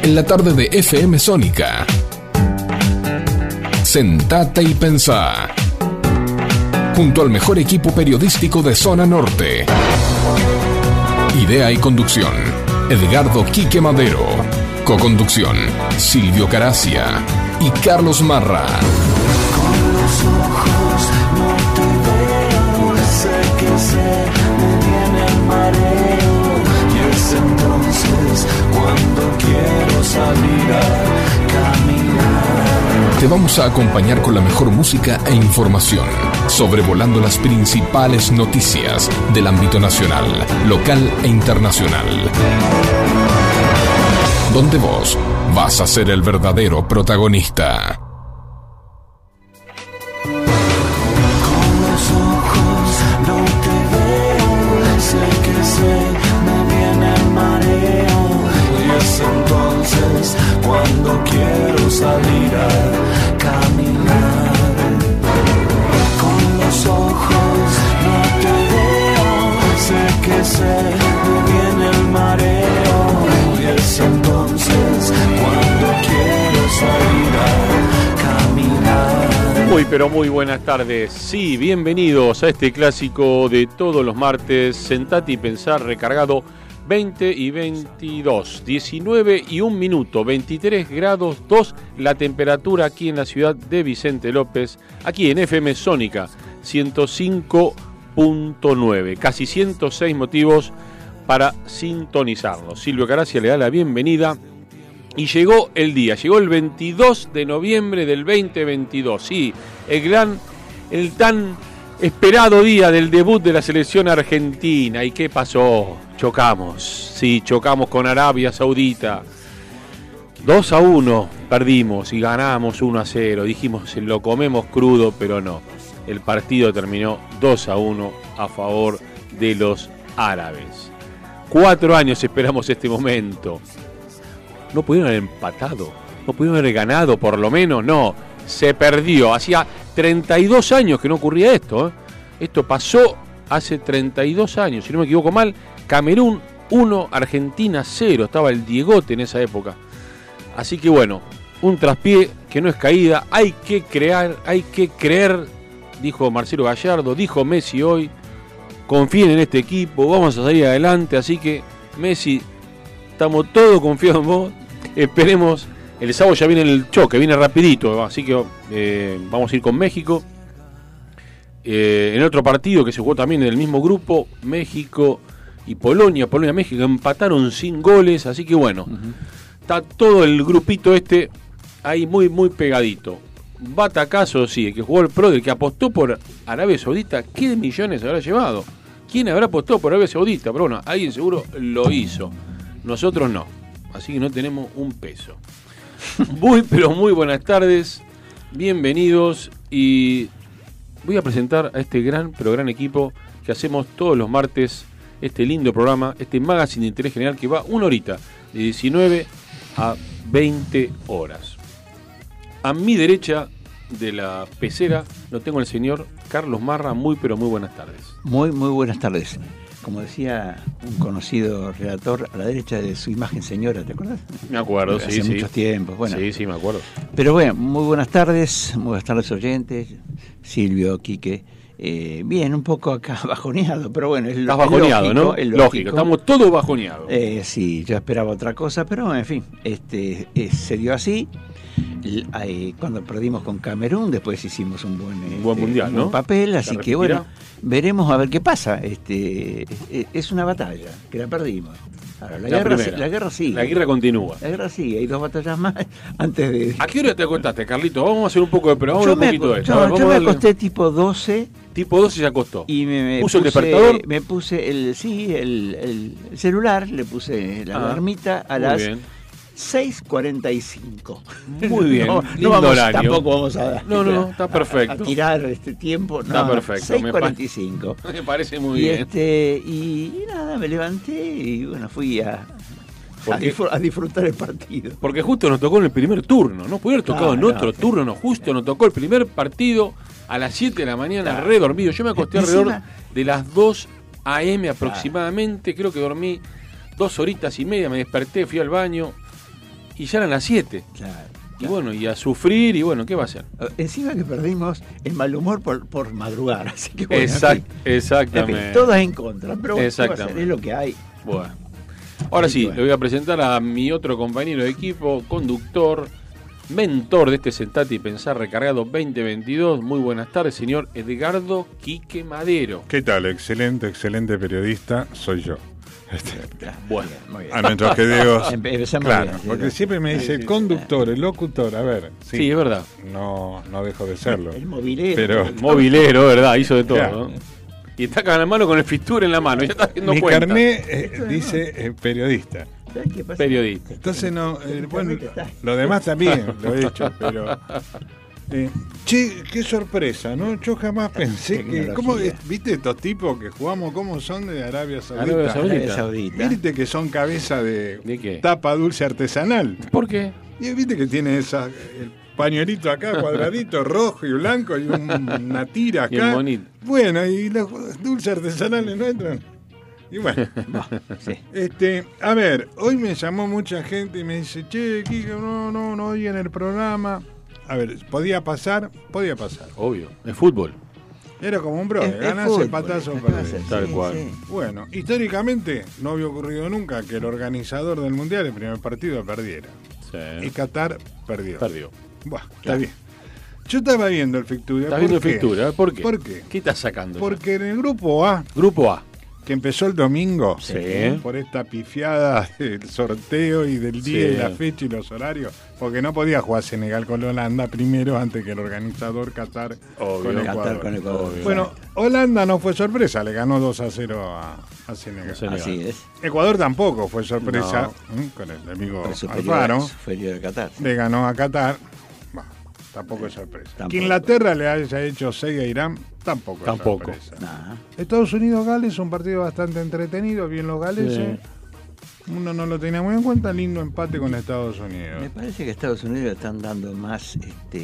en la tarde de FM Sónica. Sentate y pensá. Junto al mejor equipo periodístico de Zona Norte. Idea y conducción, Edgardo Quique Madero. Coconducción, Silvio Caracia y Carlos Marra. Con los ojos no te veo, sé que me viene el mareo. Y es entonces cuando quiero salir a caminar. Te vamos a acompañar con la mejor música e información, sobrevolando las principales noticias del ámbito nacional, local e internacional. Donde vos vas a ser el verdadero protagonista. Con los ojos no te veo, sé que me viene el mareo. Y es entonces cuando quiero salir a caminar. Con los ojos no te veo, sé que me viene el mareo. Y es entonces cuando quiero salir a caminar. Muy pero muy buenas tardes. Sí, bienvenidos a este clásico de todos los martes. Sentate y pensar, recargado 20 y 22, 19 y 1 minuto, 23 grados 2 la temperatura aquí en la ciudad de Vicente López, aquí en FM Sónica 105.9, casi 106 motivos para sintonizarnos. Silvio Caracia le da la bienvenida y llegó el día, llegó el 22 de noviembre del 2022, sí, el tan esperado día del debut de la selección argentina. ¿Y qué pasó? Chocamos, sí, chocamos con Arabia Saudita. 2-1 perdimos y ganamos 1-0. Dijimos, lo comemos crudo, pero no. El partido terminó 2-1 a favor de los árabes. 4 años esperamos este momento. ¿No pudieron haber empatado? ¿No pudieron haber ganado por lo menos? No, se perdió. Hacía 32 años que no ocurría esto, ¿eh? Esto pasó hace 32 años, si no me equivoco mal. Camerún 1, Argentina 0. Estaba el Diegote en esa época. Así que bueno, un traspié que no es caída. Hay que creer, dijo Marcelo Gallardo, dijo Messi hoy. Confíen en este equipo, vamos a salir adelante. Así que Messi, estamos todos confiados en vos. Esperemos. El sábado ya viene el choque, viene rapidito. Así que vamos a ir con México. En otro partido que se jugó también en el mismo grupo, México y Polonia. Polonia-México empataron sin goles. Así que bueno, está todo el grupito este ahí muy muy pegadito. Batacazo, sí, el que jugó el Pro, el que apostó por Arabia Saudita. ¿Qué millones habrá llevado? ¿Quién habrá apostado por Arabia Saudita? Pero bueno, alguien seguro lo hizo. Nosotros no. Así que no tenemos un peso. Muy, pero muy buenas tardes. Bienvenidos. Y voy a presentar a este gran, pero gran equipo que hacemos todos los martes. Este lindo programa, este magazine de interés general que va 1 horita, de 19 a 20 horas. A mi derecha de la pecera lo tengo el señor Carlos Marra. Muy, pero muy buenas tardes. Muy, muy buenas tardes. Como decía un conocido redactor, a la derecha de su imagen señora, ¿te acuerdas? Me acuerdo, hace muchos tiempos. Bueno, sí, me acuerdo. Pero bueno, muy buenas tardes oyentes, Silvio, Quique. Bien, un poco acá bajoneado, pero bueno, es Estás bajoneado, lógico, ¿no? Es lógico, estamos todos bajoneados. Sí, yo esperaba otra cosa, pero en fin, se dio así. Cuando perdimos con Camerún, después hicimos un buen mundial, ¿no? Papel, así que bueno, veremos a ver qué pasa. Es una batalla que la perdimos. Ahora, la guerra sigue. La guerra continúa. La guerra sigue, hay 2 batallas más antes de... ¿A qué hora te acostaste, Carlito? Vamos a hacer un poco de... Pero vamos a un poquito de esto. Yo me acosté tipo 12. Tipo 12 se acostó. Y me ¿Puso puse, el despertador? Me puse el celular, le puse la alarmita a las 6:45. Muy bien, no vamos, horario. Tampoco vamos a está perfecto. A tirar este tiempo. Está perfecto. 6:45. Me parece muy bien. Y nada, me levanté y bueno, fui a disfrutar el partido. Porque justo nos tocó en el primer turno, no pudiera haber tocado en otro turno, justo nos tocó el primer partido a las 7 de la mañana, re dormido. Yo me acosté alrededor de las 2 a.m. aproximadamente, creo que dormí 2 horitas y media, me desperté, fui al baño. Y ya eran las 7. Claro. Y bueno, y a sufrir, y bueno, ¿qué va a hacer? Encima que perdimos el mal humor por madrugar, así que bueno, exactamente. En fin, todas en contra, pero bueno, exactamente. es lo que hay. Bueno. Ahora sí, le voy a presentar a mi otro compañero de equipo, conductor, mentor de este Sentate y Pensar Recargado 2022. Muy buenas tardes, señor Edgardo Quique Madero. ¿Qué tal? Excelente periodista, soy yo. Bueno, muy bien. A nuestros queridos. Empezamos claro, bien, porque siempre me dice el conductor, el locutor, a ver. sí, es verdad. No dejo de serlo. El movilero. Pero El movilero, ¿verdad? Hizo de todo, claro. ¿no? Y está con la mano con el fisture en la mano, ya está haciendo mi cuenta. carnet dice periodista. ¿Sabes qué pasa? Periodista. Entonces bueno, lo demás también lo he hecho, pero che, qué sorpresa, ¿no? Yo jamás pensé que ¿cómo viste estos tipos que jugamos cómo son de Arabia Saudita? Arabia Saudita. Viste que son cabeza ¿De qué? tapa dulce artesanal. ¿Por qué? Y viste que tiene el pañuelito acá, cuadradito, rojo y blanco, y una tira Y el acá. monito. Bueno, y los dulces artesanales no entran. Y bueno, Sí. a ver, hoy me llamó mucha gente y me dice, che, Kike, no oí en el programa. A ver, ¿podía pasar? Podía pasar. Obvio, es fútbol. Era como un brother, Es ganás, fútbol, empatás o es perdés. fácil, Tal sí, cual. sí. Bueno, históricamente no había ocurrido nunca que el organizador del Mundial, el primer partido, perdiera. Y Sí. Qatar perdió. Perdió. Buah, está Claro. bien. Yo estaba viendo el Fictura. ¿Estás viendo el Fictura? ¿Por qué? ¿Por qué? ¿Qué estás sacando? Porque en el grupo A, Grupo A. que empezó el domingo, Sí. por esta pifiada del sorteo y del día Sí. y la fecha y los horarios, porque no podía jugar Senegal con Holanda primero antes que el organizador Qatar Obvio. con Ecuador. Qatar con Ecuador. Bueno, Holanda no fue sorpresa, le ganó 2-0 a Senegal. Senegal. Así es. Ecuador tampoco fue sorpresa, con el amigo Pero superior, Alfaro, superior a Qatar. le ganó a Qatar. Bah, tampoco es sorpresa. Tampoco. Que Inglaterra le haya hecho 6 a Irán, tampoco. Tampoco. Es sorpresa. Nah. Estados Unidos-Gales, un partido bastante entretenido, bien los galeses. Uno no lo tenía muy en cuenta, lindo empate con Estados Unidos. Me parece que Estados Unidos le están dando más,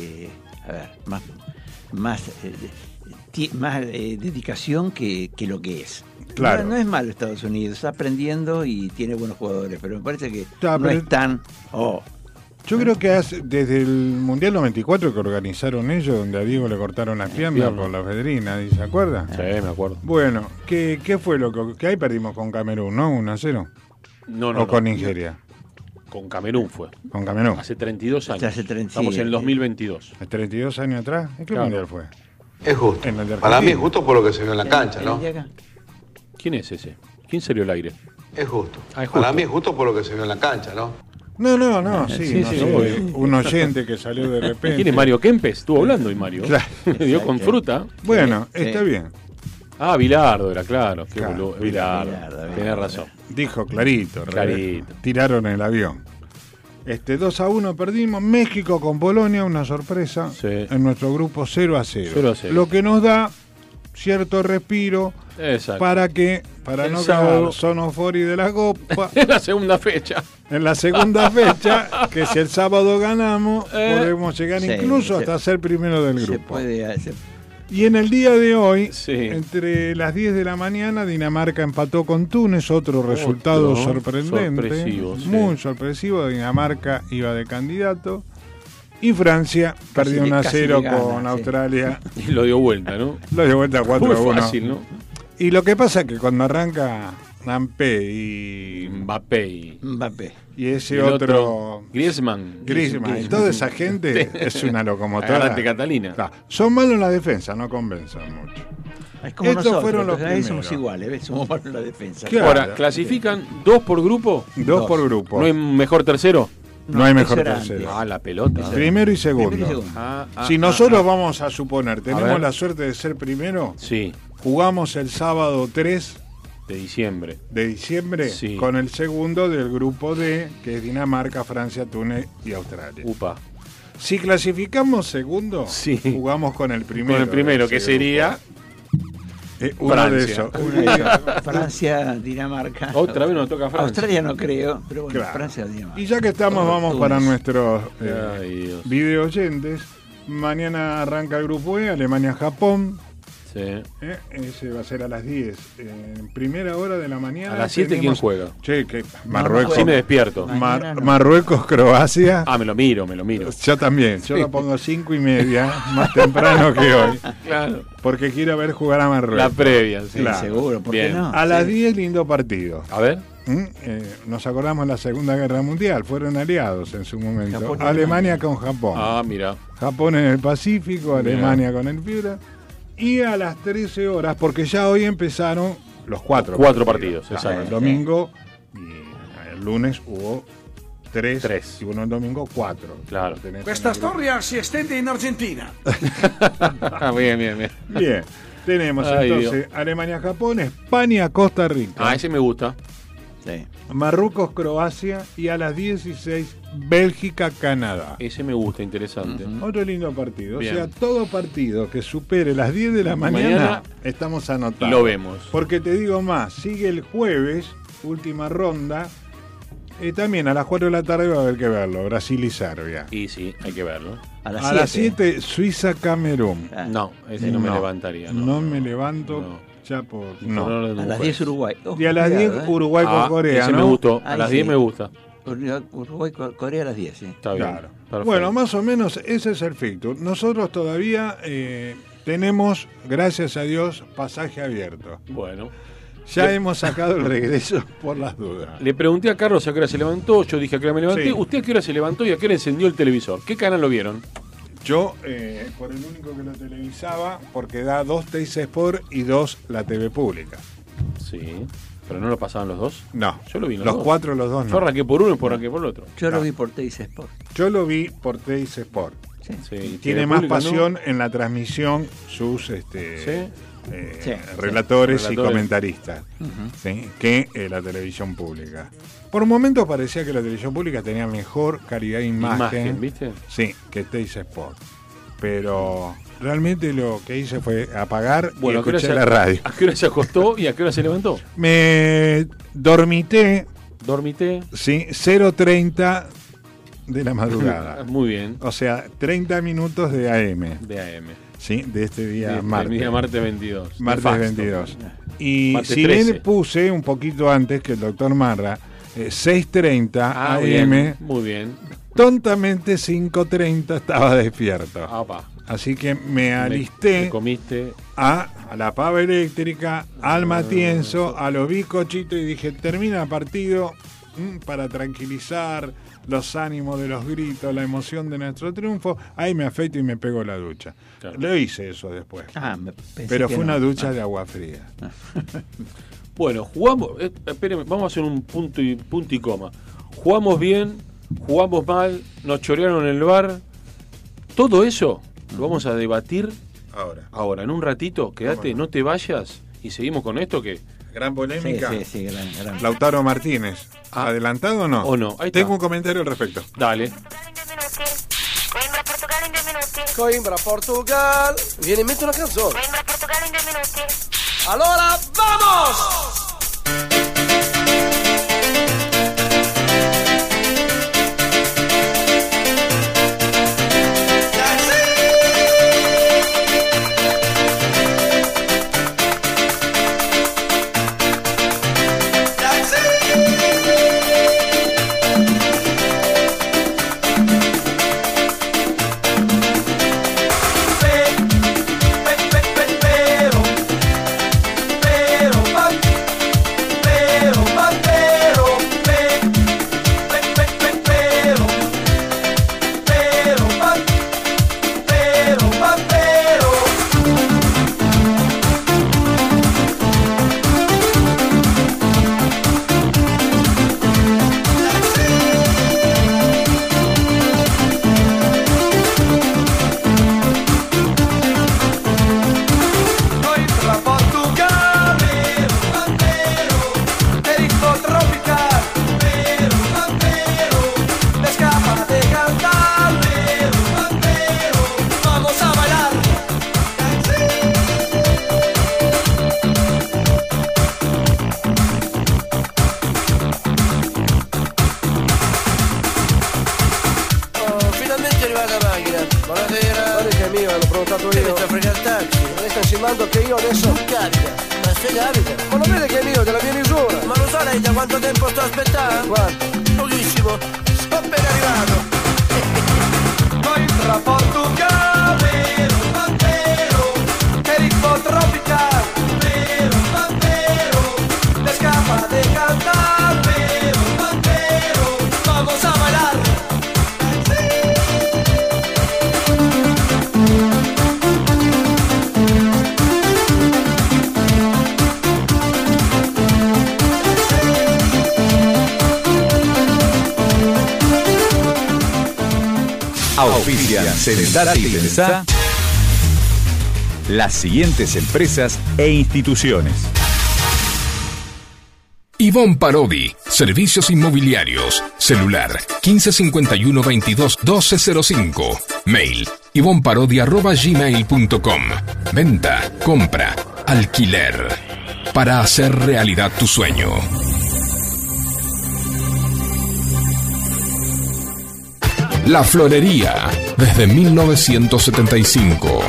más dedicación que lo que es. Claro. No es malo Estados Unidos, está aprendiendo y tiene buenos jugadores, pero me parece que Ya, no pero- es tan... Yo creo que desde el Mundial 94 que organizaron ellos, donde a Diego le cortaron las piernas por la fedrina, ¿se acuerda? Sí, me acuerdo. Bueno, ¿qué fue lo que ahí perdimos con Camerún, no? 1-0. No, ¿O con Nigeria? Con Camerún fue. Con Camerún. Hace 32 años. Hace 30, Estamos sí, en el 2022. 32 años atrás. ¿En qué Claro. Mundial fue? Es justo. En el de Para mí es Argentina. justo por lo que se vio en la cancha, ¿no? ¿Quién es ese? ¿Quién salió al aire? Es justo. Ah, es justo. Para mí es justo por lo que se vio en la cancha, ¿no? No, sí, Sí, no sí, sé, obvio. un oyente que salió de repente. ¿Quién es Mario Kempes? Estuvo hablando hoy Mario. Claro. Me dio con fruta. Bueno, Sí. está bien. Ah, Bilardo era, claro. Qué Claro, boludo. Bilardo. Bilardo. Tenés razón. Dijo clarito. Clarito. Tiraron el avión. 2-1 perdimos. México con Polonia, una sorpresa. Sí. En nuestro grupo 0-0. 0-0. Lo que nos da cierto respiro Exacto. para El no sábado. quedar sonofori de la copa. Es la segunda fecha. En la segunda fecha, que si el sábado ganamos, podemos llegar Sí, incluso se- hasta ser primero del Se grupo. puede... Y en el día de hoy, Sí. entre las 10 de la mañana, Dinamarca empató con Túnez, otro resultado sorprendente, sorpresivo, sí. muy sorpresivo. Dinamarca iba de candidato y Francia perdió le- 1-0 casi le gana, con sí. Australia, Y lo dio vuelta, ¿no? lo dio vuelta Muy 4-1. fácil, ¿no? Y lo que pasa es que cuando arranca Nampé y Mbappé y Mbappé. ese el otro Griezmann. Griezmann y toda esa gente es una locomotora. Agarrate, Catalina. Claro, son malos en la defensa, no convencen mucho. Es como Estos nosotros, fueron los porque ahí somos primeros. iguales, ¿ves? Somos malos en la defensa. Claro. Ahora, ¿clasifican 2 por grupo? Dos por grupo. ¿No hay mejor tercero? No hay mejor eso era tercero. antes. Ah, la pelota. Primero y segundo. Primero y segundo. Si nosotros vamos a suponer, tenemos ver. la suerte de ser primero, Sí, jugamos el sábado 3 de diciembre. de diciembre Sí. con el segundo del grupo D, que es Dinamarca, Francia, Túnez y Australia. Upa. Si clasificamos segundo, Sí. jugamos con el primero. Con el primero, de que ese sería grupo. Uno de Francia. esos. Francia, Dinamarca. Otra vez nos toca Francia. Australia no creo, pero bueno, Claro. Francia, Dinamarca. Y ya que estamos, vamos Túnez. para nuestros Ay, Dios. video oyentes. Mañana arranca el grupo E, Alemania-Japón. Sí. Ese va a ser a las 10. En primera hora de la mañana. A las 7, ¿quién juega? Che, que Marruecos. Sí, me despierto. Marruecos, Croacia. Me lo miro. Yo también. Yo lo pongo 5:30, más temprano que hoy. Claro. Porque quiero ver jugar a Marruecos. La previa, sí. Claro. Seguro, ¿por qué no? A las 10, lindo partido. A ver. Nos acordamos de la Segunda Guerra Mundial, fueron aliados en su momento. Japón, Alemania con Japón. Mira. Japón en el Pacífico, Alemania con el Führer. Y a las 13 horas, porque ya hoy empezaron los cuatro partidos. Exacto. El domingo y el lunes hubo 3. Y uno el domingo 4. Claro. Questa storia si estende en Argentina. Bien. Bien. Tenemos entonces Alemania-Japón, España-Costa Rica. Ese me gusta. Sí. Marruecos-Croacia y a las 16 Bélgica-Canadá. Ese me gusta, interesante. Otro lindo partido. Bien. O sea, todo partido que supere las 10 de la mañana estamos anotados. Lo vemos. Porque te digo más, sigue el jueves, última ronda. También a las 4 de la tarde va a haber que verlo, Brasil y Serbia. Y sí, hay que verlo. A las 7 Suiza-Camerún. No, ese no me levantaría. No me levanto. Ya por... A las 10 Uruguay. Y a las 10 Uruguay con Corea. Ese me gustó. A las 10 me gusta. Uruguay, Corea a las 10, sí. Está bien. Claro. Bueno, más o menos ese es el fixture. Nosotros todavía tenemos, gracias a Dios, pasaje abierto. Bueno. Ya hemos sacado el regreso por las dudas. Le pregunté a Carlos a qué hora se levantó, yo dije a qué hora me levanté. Sí. ¿Usted a qué hora se levantó y a qué hora encendió el televisor? ¿Qué canal lo vieron? Yo, por el único que lo televisaba, porque da 2 Teis Sport y 2 la TV pública. Sí, pero no lo pasaban los dos. No, yo lo vi los 4, los 2 no. Yo arranqué por uno y arranqué por el otro. Yo lo vi por Teis Sport. Yo lo vi por Teis Sport. Sí, tiene más pasión en la transmisión sus relatores y comentaristas que la televisión pública. Por momentos parecía que la televisión pública tenía mejor calidad de imagen, ¿viste? Sí, que Teis Sport. Pero realmente lo que hice fue apagar y escuché la radio. ¿A qué hora se acostó y a qué hora se levantó? Me dormité. ¿Dormité? Sí, 0:30 de la madrugada. Muy bien. O sea, 30 minutos de AM. De AM. Sí, de este día martes. Día martes 22. Martes 22. Y martes si 13. bien puse un poquito antes que el doctor Marra, 6:30 AM. Bien, muy bien. Tontamente 5:30 estaba despierto. Así que me alisté. Me comiste a la pava eléctrica, al matienzo, a los bizcochitos y dije, termina el partido para tranquilizar los ánimos de los gritos, la emoción de nuestro triunfo. Ahí me afeito y me pego la ducha. Claro. Lo hice eso después. Pero fue una ducha de agua fría. Bueno, jugamos. Espérenme, vamos a hacer un punto y coma. Jugamos bien, jugamos mal, nos chorearon en el bar. Todo eso lo vamos a debatir ahora. En un ratito, quédate, no te vayas y seguimos con esto que... Gran polémica. Sí, gran. Lautaro Martínez. ¿Adelantado o no? ¿O no? Ahí Tengo está. un comentario al respecto. Dale. Coimbra, Portugal. Viene in mente una canzone. Coimbra, Portugal in 2 minuti. Allora, vamos! l'ho prenotato io. Devi fregare il taxi. Mi sta insinuando che io adesso... Non capita, ma se capita. Ma lo vede che è mio, della mia misura. Ma lo sa lei da quanto tempo sto aspettando? Quanto? Pochissimo. Sto appena arrivato. Noi tra Portogallo, vero, che ritmo tropicale, vero, le scappa de cantar, vero, vamos a bailar. Auspician Sentate y Pensá las siguientes empresas e instituciones. Ivonne Parodi, Servicios Inmobiliarios, celular 1551 22 1205, mail ivonneparodi@gmail.com, venta, compra, alquiler, para hacer realidad tu sueño. La Florería, desde 1975.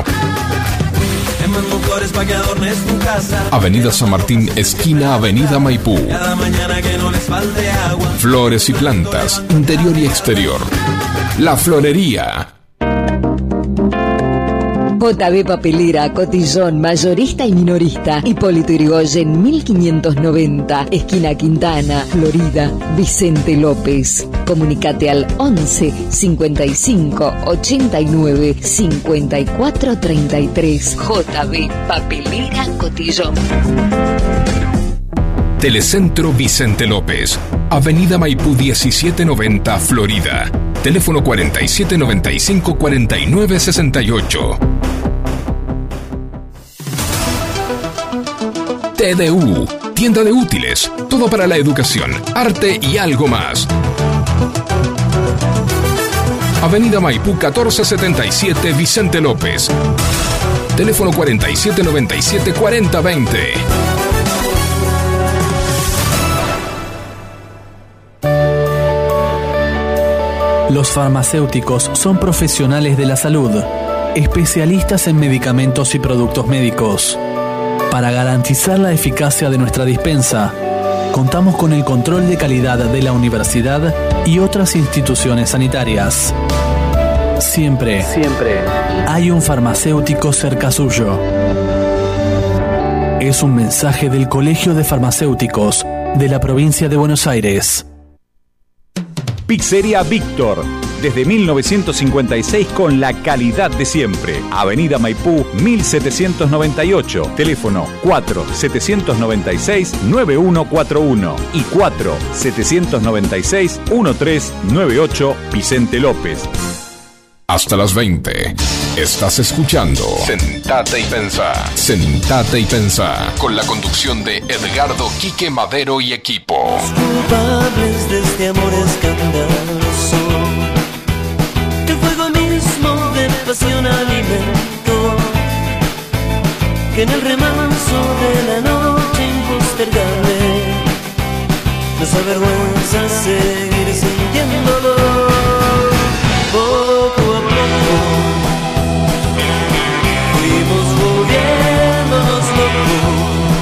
Avenida San Martín, esquina Avenida Maipú. Flores y plantas, interior y exterior. La Florería. JB Papelera, Cotillón, mayorista y minorista. Hipólito Yrigoyen, 1590, esquina Quintana, Florida, Vicente López. Comunicate al 11 55 89 54 33. JB Papelera, Cotillón. Telecentro Vicente López, Avenida Maipú 1790, Florida. Teléfono 4795 4968. TDU, tienda de útiles, todo para la educación, arte y algo más. Avenida Maipú 1477, Vicente López. Teléfono 4797 4020. Los farmacéuticos son profesionales de la salud, especialistas en medicamentos y productos médicos. Para garantizar la eficacia de nuestra dispensa, contamos con el control de calidad de la universidad y otras instituciones sanitarias. Siempre hay un farmacéutico cerca suyo. Es un mensaje del Colegio de Farmacéuticos de la provincia de Buenos Aires. Pizzería Víctor, desde 1956 con la calidad de siempre. Avenida Maipú 1798, teléfono 4796-9141 y 4796-1398, Vicente López. Hasta las 20. Estás escuchando Sentate y Pensá. Sentate y Pensá. Con la conducción de Edgardo Quique Madero y equipo. Los culpables de este amor escandaloso, que fuego mismo de pasión alimentó, que en el remanso de la noche impostergable nos avergüenza seguir sintiéndolo. Poco a poco fuimos volviéndonos locos,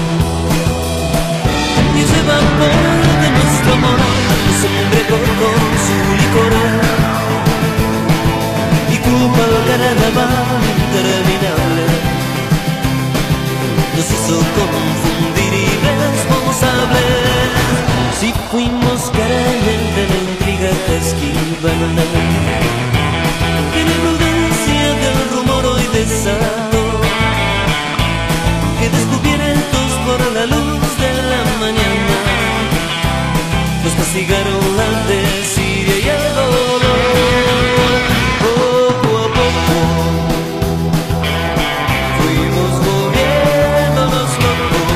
y ese vapor de nuestro amor nos embriagó con su licor, y culpa al carnaval interminable nos hizo confundir irresponsables. Si fuimos carentes de la intriga que esquivan, que la imprudencia del rumor hoy desató, que descubiertos por la luz de la mañana nos castigaron la desidia y el dolor. Poco a poco fuimos volviéndonos locos,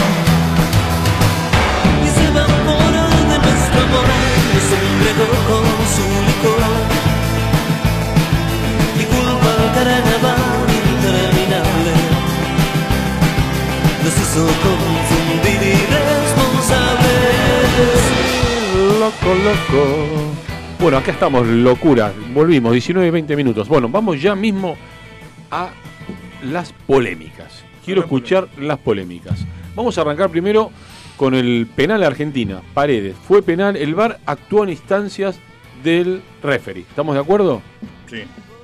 y ese vapor de nuestro amor nos embriagó con su licor, y culpa al carnaval interminable nos hizo confundir irresponsables. Loco. Bueno, acá estamos, locura. Volvimos, 19 y 20 minutos. Bueno, vamos ya mismo a las polémicas. Quiero escuchar las polémicas. Vamos a arrancar primero con el penal de Argentina. Paredes. Fue penal. El VAR actuó en instancias del referee. ¿Estamos de acuerdo? Sí.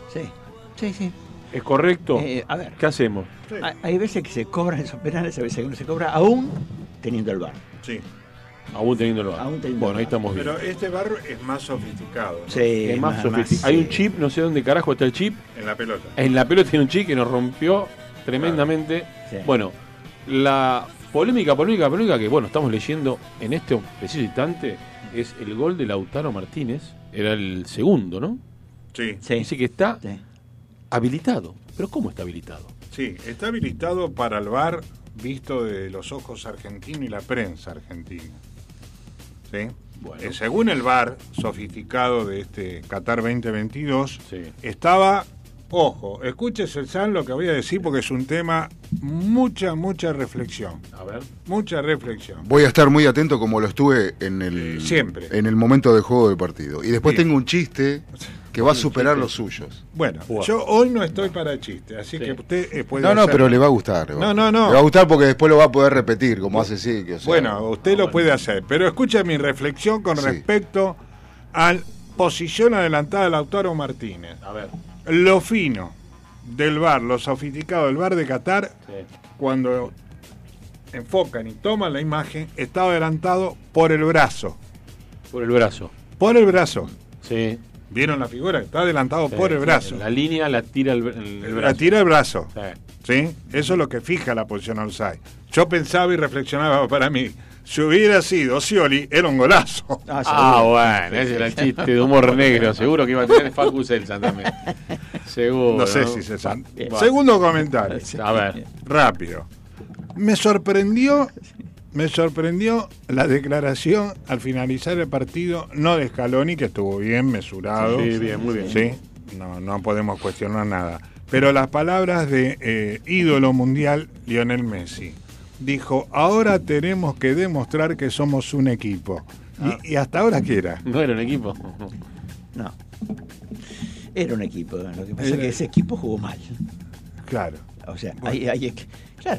Sí. ¿Es correcto? A ver. ¿Qué hacemos? Sí. Hay veces que se cobran esos penales, a veces que no se cobra, aún teniendo el VAR. Sí. Aún teniendo el VAR. Bueno, ahí estamos bien. Pero este VAR es más sofisticado, ¿no? Sí, es más sofisticado. Hay un chip, no sé dónde carajo está el chip. En la pelota. En la pelota tiene un chip que nos rompió tremendamente. Sí. Bueno, la polémica que, bueno, estamos leyendo en este preciso instante es el gol de Lautaro Martínez. Era el segundo, ¿no? Sí. Dice que está habilitado. ¿Pero cómo está habilitado? Sí, está habilitado para el VAR visto de los ojos argentinos y la prensa argentina. ¿Sí? Bueno. Según el VAR sofisticado de este Qatar 2022, estaba... Ojo, escúchese el San lo que voy a decir porque es un tema mucha reflexión. A ver. Mucha reflexión. Voy a estar muy atento como lo estuve en el siempre. En el momento del juego del partido. Y después Bien. tengo un chiste que va a superar los suyos. Bueno, yo hoy no estoy para chiste, así que usted puede No, pero le va a gustar. No. Le va a gustar porque después lo va a poder repetir, como hace Silvio. O sea, bueno, usted lo puede hacer, pero escucha mi reflexión con respecto a la posición adelantada de Lautaro Martínez. A ver. Lo fino del VAR, lo sofisticado del VAR de Qatar, cuando enfocan y toman la imagen, estaba adelantado por el brazo. Por el brazo. Por el brazo. Sí. ¿Vieron la figura? Está adelantado por el brazo. La línea la tira el brazo. La tira el brazo. ¿Sí? Eso es lo que fija la posición offside. Yo pensaba y reflexionaba para mí. Si hubiera sido Scioli, era un golazo. Bueno, ese era el chiste de humor negro. Seguro que iba a tener Facu Selsan también. Seguro. No sé si se sabe. Segundo comentario. A ver. Rápido. Me sorprendió la declaración al finalizar el partido, no de Scaloni, que estuvo bien, mesurado. Sí, bien, muy bien. Sí, no podemos cuestionar nada. Pero las palabras de ídolo mundial, Lionel Messi. Dijo, ahora tenemos que demostrar que somos un equipo. ¿Y hasta ahora qué era? No era un equipo. No. Era un equipo. Lo que pasa es que ese equipo jugó mal. Claro. O sea, claro.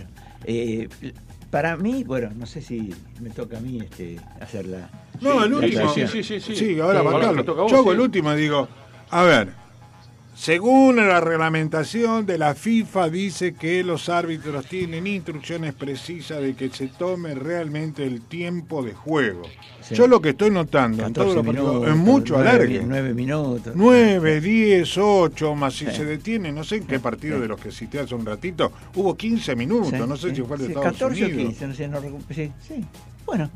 Para mí, bueno, no sé si me toca a mí hacer la... No, el último. Sí, ahora Carlos. Yo hago el último y digo, a ver... Según la reglamentación de la FIFA dice que los árbitros tienen instrucciones precisas de que se tome realmente el tiempo de juego. Sí. Yo lo que estoy notando en todos los partidos es mucho alargue. 9 minutos. 9, 10, 8, más si se detiene, no sé en qué partido de los que cité hace un ratito, hubo 15 minutos, no sé si fue el de Estados 14 Unidos. 14 o 15, no recuerdo. Sí. Bueno.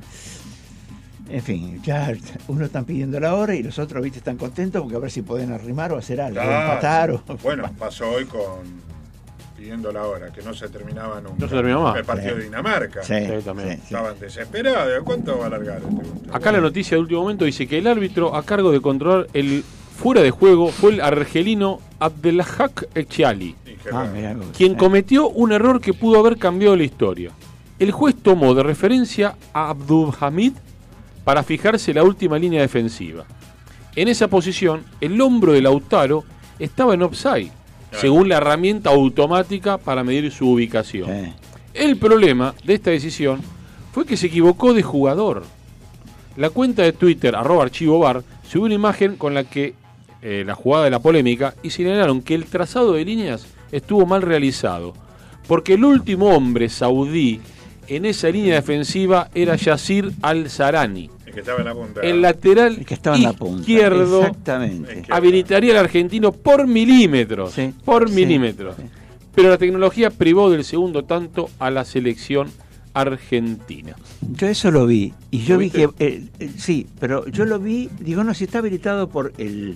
En fin, ya unos están pidiendo la hora y los otros, viste, están contentos porque a ver si pueden arrimar o hacer algo, empatar o... Bueno, pasó hoy pidiendo la hora, que no se terminaba nunca. No se terminó más. El partido de Dinamarca. Sí, también. Estaban desesperados. ¿Cuánto va a alargar Acá la noticia de último momento dice que el árbitro a cargo de controlar el fuera de juego fue el argelino Abdelhak Echali, quien cometió un error que pudo haber cambiado la historia. El juez tomó de referencia a Abdulhamid para fijarse la última línea defensiva. En esa posición, el hombro de Lautaro estaba en offside, según la herramienta automática para medir su ubicación. El problema de esta decisión fue que se equivocó de jugador. La cuenta de Twitter, @archivovar, subió una imagen con la que la jugada de la polémica y señalaron que el trazado de líneas estuvo mal realizado, porque el último hombre saudí en esa línea defensiva era Yasir Al-Sarani. El que estaba en la punta. El lateral izquierdo habilitaría al argentino por milímetros. Milímetros. Pero la tecnología privó del segundo tanto a la selección argentina. Yo eso lo vi. Y yo vi que... sí, pero yo lo vi, digo, no, si está habilitado por el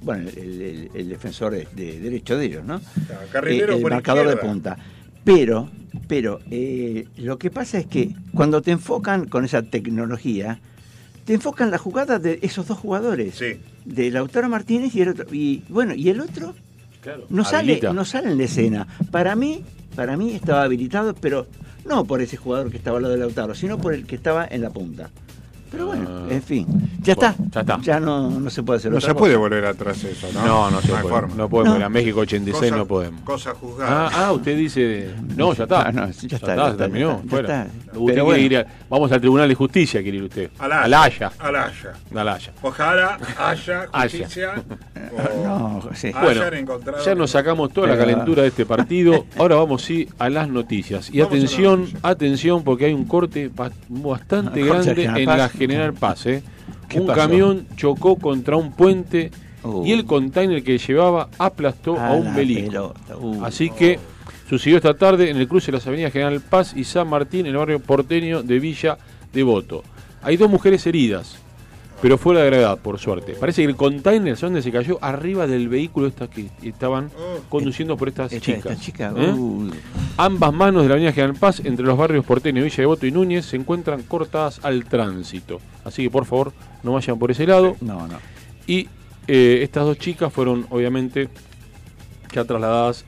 defensor de derecho de ellos, ¿no? Carrilero el por marcador izquierda. de punta. Pero lo que pasa es que cuando te enfocan con esa tecnología, te enfocan la jugada de esos dos jugadores, de Lautaro Martínez y el otro. Y bueno, y el otro no sale en la escena. Para mí estaba habilitado, pero no por ese jugador que estaba al lado de Lautaro, sino por el que estaba en la punta. Pero bueno, en fin, ya está. Ya no se puede hacer otra cosa. No se puede volver atrás eso, ¿no? No se puede. Forma. No podemos ir a México 86, no podemos. Cosa juzgada. Usted dice... No, ya está. Ya está, se terminó. Ya está. Usted quiere ir vamos al Tribunal de Justicia, quiere ir usted. A la Haya. Ojalá haya justicia. Bueno, ya nos sacamos toda la calentura de este partido. Ahora vamos a las noticias. Y atención, porque hay un corte bastante grande en la General Paz. Un camión chocó contra un puente y el container que llevaba aplastó a un vehículo. Así que sucedió esta tarde en el cruce de las avenidas General Paz y San Martín, en el barrio porteño de Villa Devoto. Hay 2 mujeres heridas, pero fuera de gravedad, por suerte. Parece que el container, ¿sabes dónde se cayó? Arriba del vehículo que estaban conduciendo por estas chicas. Ambas manos de la avenida General Paz, entre los barrios porteño, Villa Devoto y Núñez, se encuentran cortadas al tránsito. Así que, por favor, no vayan por ese lado. No. Y estas 2 chicas fueron, obviamente, ya trasladadas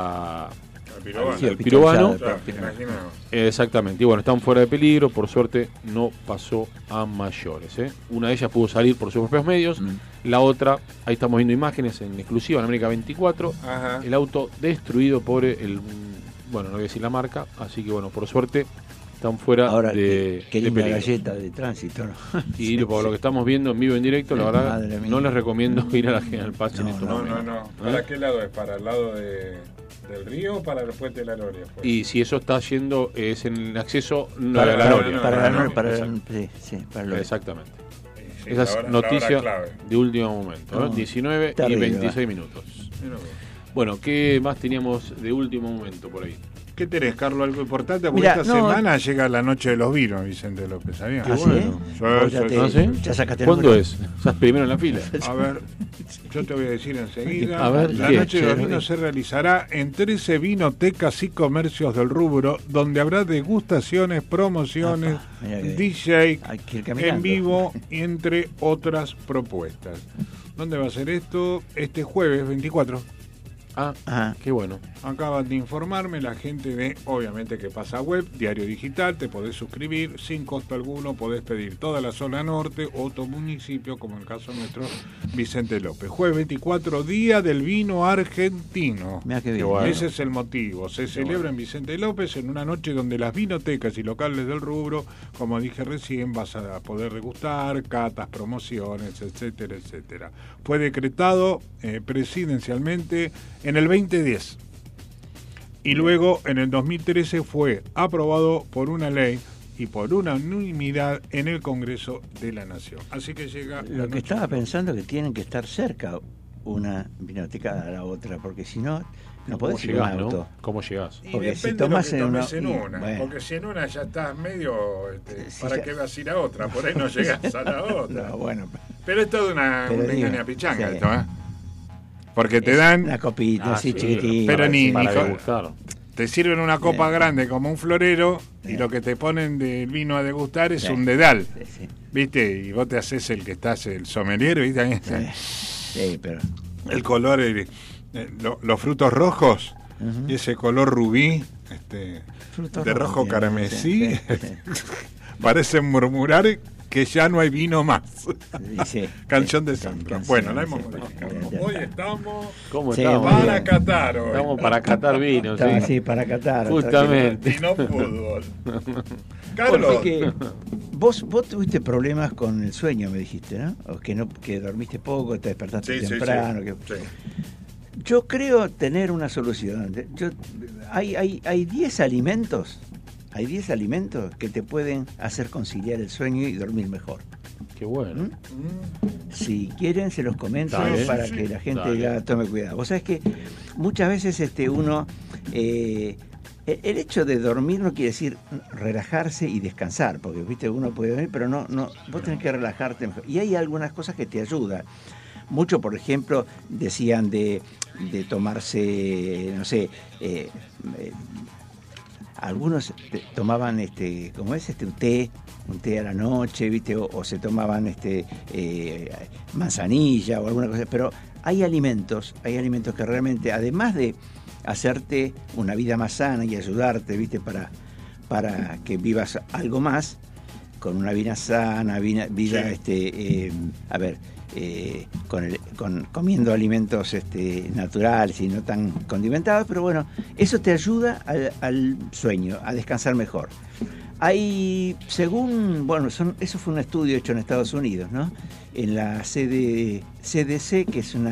al Pirobano. Exactamente. Y bueno, están fuera de peligro. Por suerte no pasó a mayores. Una de ellas pudo salir por sus propios medios. La otra, ahí estamos viendo imágenes en exclusiva en América 24. El auto destruido por bueno, no voy a decir la marca. Así que bueno, por suerte están fuera ahora, de qué linda peligro. Galleta de tránsito, ¿no? Y por lo que estamos viendo en vivo en directo, la verdad, no les recomiendo ir a la General Paz en estos momentos. No. ¿Para qué lado es? ¿Para el lado del río o para el puente de la Noria? Pues. Y si eso está yendo, es en el acceso para la Noria. Para la Noria. Exactamente. Esa es noticia de último momento, 19 y 26 minutos. Bueno, ¿qué más teníamos de último momento por ahí? ¿Qué tenés, Carlos? Algo importante, porque esta semana llega la noche de los vinos, Vicente López, ¿sabías? Ya sacaste ¿Cuándo es? ¿Estás primero en la fila? A ver, yo te voy a decir enseguida. La noche de los vinos se realizará en 13 vinotecas y comercios del rubro, donde habrá degustaciones, promociones, DJ en vivo, entre otras propuestas. ¿Dónde va a ser esto? Este jueves 24. Qué bueno. Acaban de informarme la gente de, obviamente, que pasa web, diario digital, te podés suscribir sin costo alguno, podés pedir toda la zona norte o otro municipio, como en el caso nuestro, Vicente López. Jueves 24, Día del Vino Argentino. Ese es el motivo. Se celebra en Vicente López en una noche donde las vinotecas y locales del rubro, como dije recién, vas a poder degustar, catas, promociones, etcétera, etcétera. Fue decretado presidencialmente en el 2010 y luego en el 2013 fue aprobado por una ley y por unanimidad en el Congreso de la Nación. Así que llega... Lo que estaba pensando que tienen que estar cerca una vinoteca a la otra, porque si no podés ir en auto. ¿No? ¿Cómo llegás? Y porque si tomás en una, porque si en una ya estás medio... ¿para qué vas a ir a otra? Por ahí no llegás a la otra. No, bueno, pero es toda una engaña pichanga esto, ¿eh? Porque te dan... Una copita así chiquitita. Pero ni te sirven una copa grande como un florero y lo que te ponen del vino a degustar es un dedal. ¿Viste? Y vos te haces el que estás, el sommelier, ¿viste? Sí, pero... El color, los frutos rojos y ese color rubí, de rojo carmesí, parecen murmurar que ya no hay vino más. Canción de Sandra. Bueno, la hemos modificado. Hoy estamos para Qatar. Estamos para Qatar vino. Sí, para Qatar. Justamente. Y no fútbol. Carlos. Vos tuviste problemas con el sueño, me dijiste, ¿no? O que dormiste poco, te despertaste temprano. Sí. Yo creo tener una solución. Hay 10 alimentos. Hay 10 alimentos que te pueden hacer conciliar el sueño y dormir mejor. Qué bueno. Si quieren, se los comento para que la gente ya tome cuidado. Vos sabés que muchas veces uno... el hecho de dormir no quiere decir relajarse y descansar, porque viste uno puede dormir, pero no vos tenés que relajarte mejor. Y hay algunas cosas que te ayudan. Mucho, por ejemplo, decían de tomarse, no sé... algunos tomaban un té a la noche, ¿viste? O se tomaban manzanilla o alguna cosa, pero hay alimentos que realmente, además de hacerte una vida más sana y ayudarte, ¿viste? Para que vivas algo más, con una vida sana, vida comiendo alimentos naturales y no tan condimentados, pero bueno, eso te ayuda al sueño, a descansar mejor. Hay, eso fue un estudio hecho en Estados Unidos, ¿no? En la CDC, que es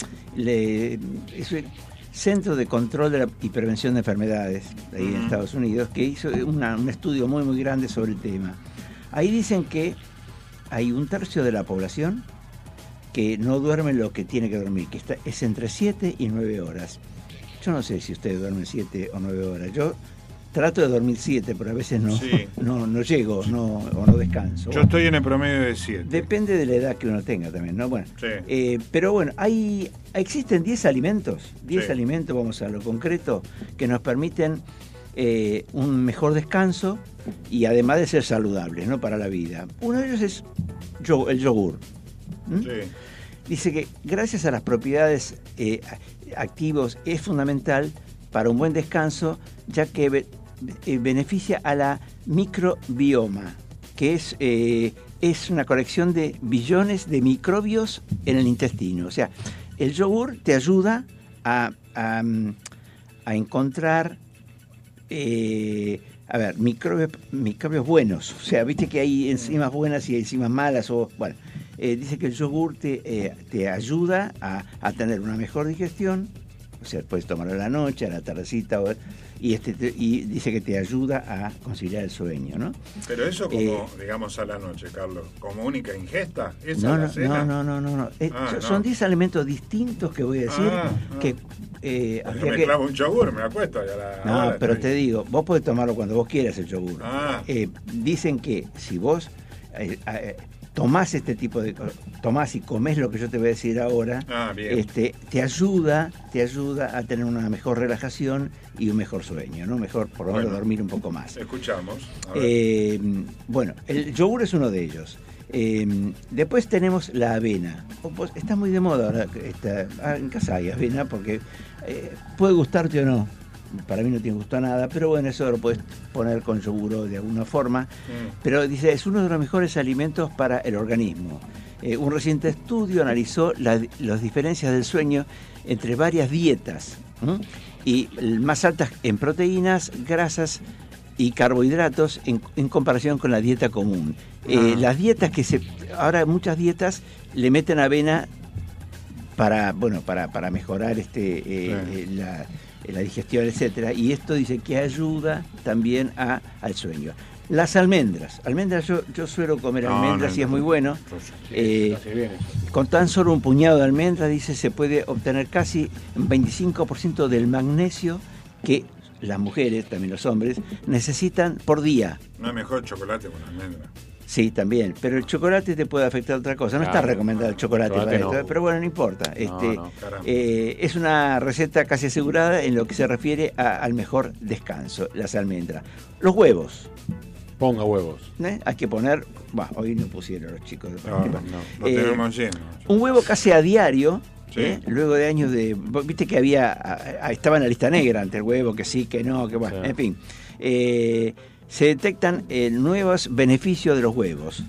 el Centro de Control y Prevención de Enfermedades ahí en Estados Unidos, que hizo un estudio muy muy grande sobre el tema. Ahí dicen que hay 1/3 de la población que no duerme lo que tiene que dormir, que es entre 7 y 9 horas. Yo no sé si ustedes duermen 7 o 9 horas. Yo trato de dormir 7, pero a veces no llego, o no descanso. Yo estoy en el promedio de 7. Depende de la edad que uno tenga también, ¿no? Bueno, pero bueno, existen 10 alimentos, vamos a lo concreto, que nos permiten un mejor descanso y además de ser saludables, ¿no? Para la vida. Uno de ellos es el yogur. Dice que gracias a las propiedades activos es fundamental para un buen descanso, ya que beneficia a la microbioma, que es una colección de billones de microbios en el intestino. O sea, el yogur te ayuda a encontrar microbios buenos. O sea, viste que hay enzimas buenas y enzimas malas. Dice que el yogur te ayuda a tener una mejor digestión. O sea, puedes tomarlo a la noche, a la tardecita, y dice que te ayuda a conciliar el sueño, ¿no? Pero eso como, digamos, a la noche, Carlos, ¿como única ingesta? No. Son 10 alimentos distintos que voy a decir que... yo me clavo un yogur, me acuesto. Pero te digo, vos podés tomarlo cuando vos quieras el yogur. Dicen que si vos... tomás tomás y comés lo que yo te voy a decir ahora, te ayuda a tener una mejor relajación y un mejor sueño, ¿no? Mejor, por lo menos, dormir un poco más. Escuchamos. El yogur es uno de ellos. Después tenemos la avena. Está muy de moda ahora. En casa hay avena porque puede gustarte o no. Para mí no tiene gusto a nada, pero bueno, eso lo puedes poner con yogur de alguna forma. Pero dice, es uno de los mejores alimentos para el organismo. Un reciente estudio analizó las diferencias del sueño entre varias dietas, y más altas en proteínas, grasas y carbohidratos en comparación con la dieta común. Las dietas ahora muchas dietas le meten avena para mejorar la digestión, etcétera, y esto dice que ayuda también al sueño. Las almendras, yo suelo comer almendras y es muy bueno. Con tan solo un puñado de almendras, dice, se puede obtener casi un 25% del magnesio que las mujeres, también los hombres, necesitan por día. No es mejor chocolate con almendra. Sí, también, pero el chocolate te puede afectar otra cosa. No está recomendado el chocolate para esto, pero bueno, no importa. Es una receta casi asegurada en lo que se refiere al mejor descanso, las almendras. Los huevos. Ponga huevos. Hay que poner... hoy no pusieron los chicos. Lo tenemos lleno. Un huevo casi a diario, luego de años de... Viste que estaba en la lista negra ante el huevo, que sí, que no, que bueno, en fin. Se detectan nuevos beneficios de los huevos.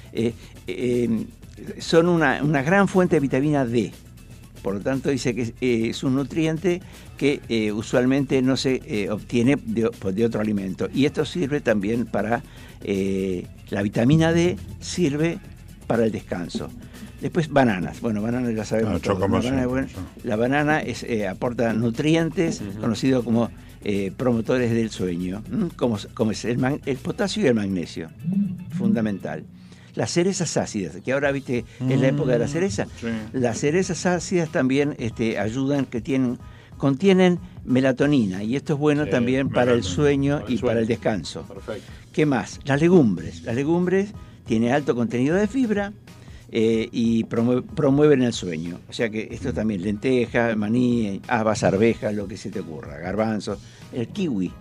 Son una gran fuente de vitamina D. Por lo tanto, dice que es un nutriente que usualmente no se obtiene de otro alimento. Y esto sirve también para... la vitamina D sirve para el descanso. Después, bananas. Bueno, bananas ya sabemos. La banana aporta nutrientes, conocidos como promotores del sueño, como es el potasio y el magnesio, fundamental. Las cerezas ácidas, que ahora viste es la época de la cereza. Las cerezas ácidas también ayudan, contienen melatonina, y esto es bueno también para el sueño y para el descanso. Perfecto. ¿Qué más? Las legumbres. Las legumbres tienen alto contenido de fibra y promueven el sueño. O sea que esto también, lentejas, maní, habas, arvejas, lo que se te ocurra, garbanzos. El kiwi.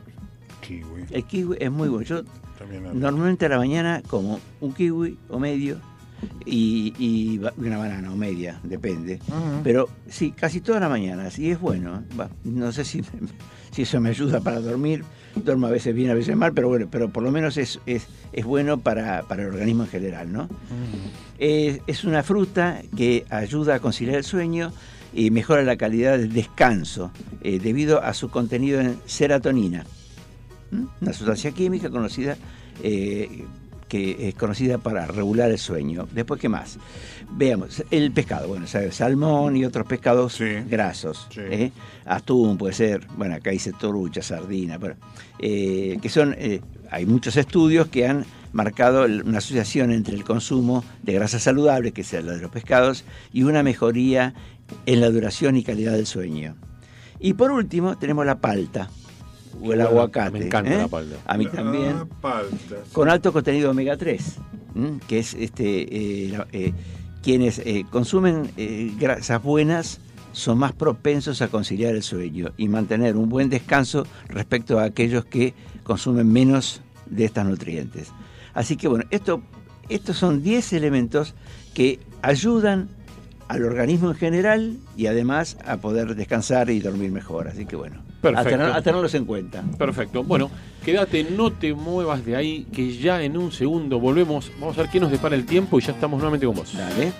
El kiwi es muy bueno. Yo normalmente a la mañana como un kiwi o medio, y una banana o media, depende. Pero sí, casi todas las mañanas, y es bueno. No sé si eso me ayuda para dormir, duermo a veces bien, a veces mal, pero bueno, pero por lo menos es bueno para el organismo en general, ¿no? Es una fruta que ayuda a conciliar el sueño y mejora la calidad del descanso debido a su contenido en serotonina, una sustancia química conocida que es conocida para regular el sueño. Después, ¿qué más? Veamos, el pescado, bueno, ¿sabes? Salmón y otros pescados grasos. Sí. Atún puede ser, bueno, acá dice torucha, sardina, bueno, que son, hay muchos estudios que han marcado una asociación entre el consumo de grasas saludables, que es la de los pescados, y una mejoría en la duración y calidad del sueño. Y por último, tenemos la palta. O el aguacate. Me encanta la palta. A mí también. Con alto contenido omega 3, que es quienes consumen grasas buenas son más propensos a conciliar el sueño y mantener un buen descanso respecto a aquellos que consumen menos de estas nutrientes. Así que bueno, estos son 10 elementos que ayudan al organismo en general y además a poder descansar y dormir mejor. Así que bueno, a tenerlos en cuenta. Perfecto. Bueno, quédate, no te muevas de ahí, que ya en un segundo volvemos. Vamos a ver qué nos depara el tiempo y ya estamos nuevamente con vos. Dale.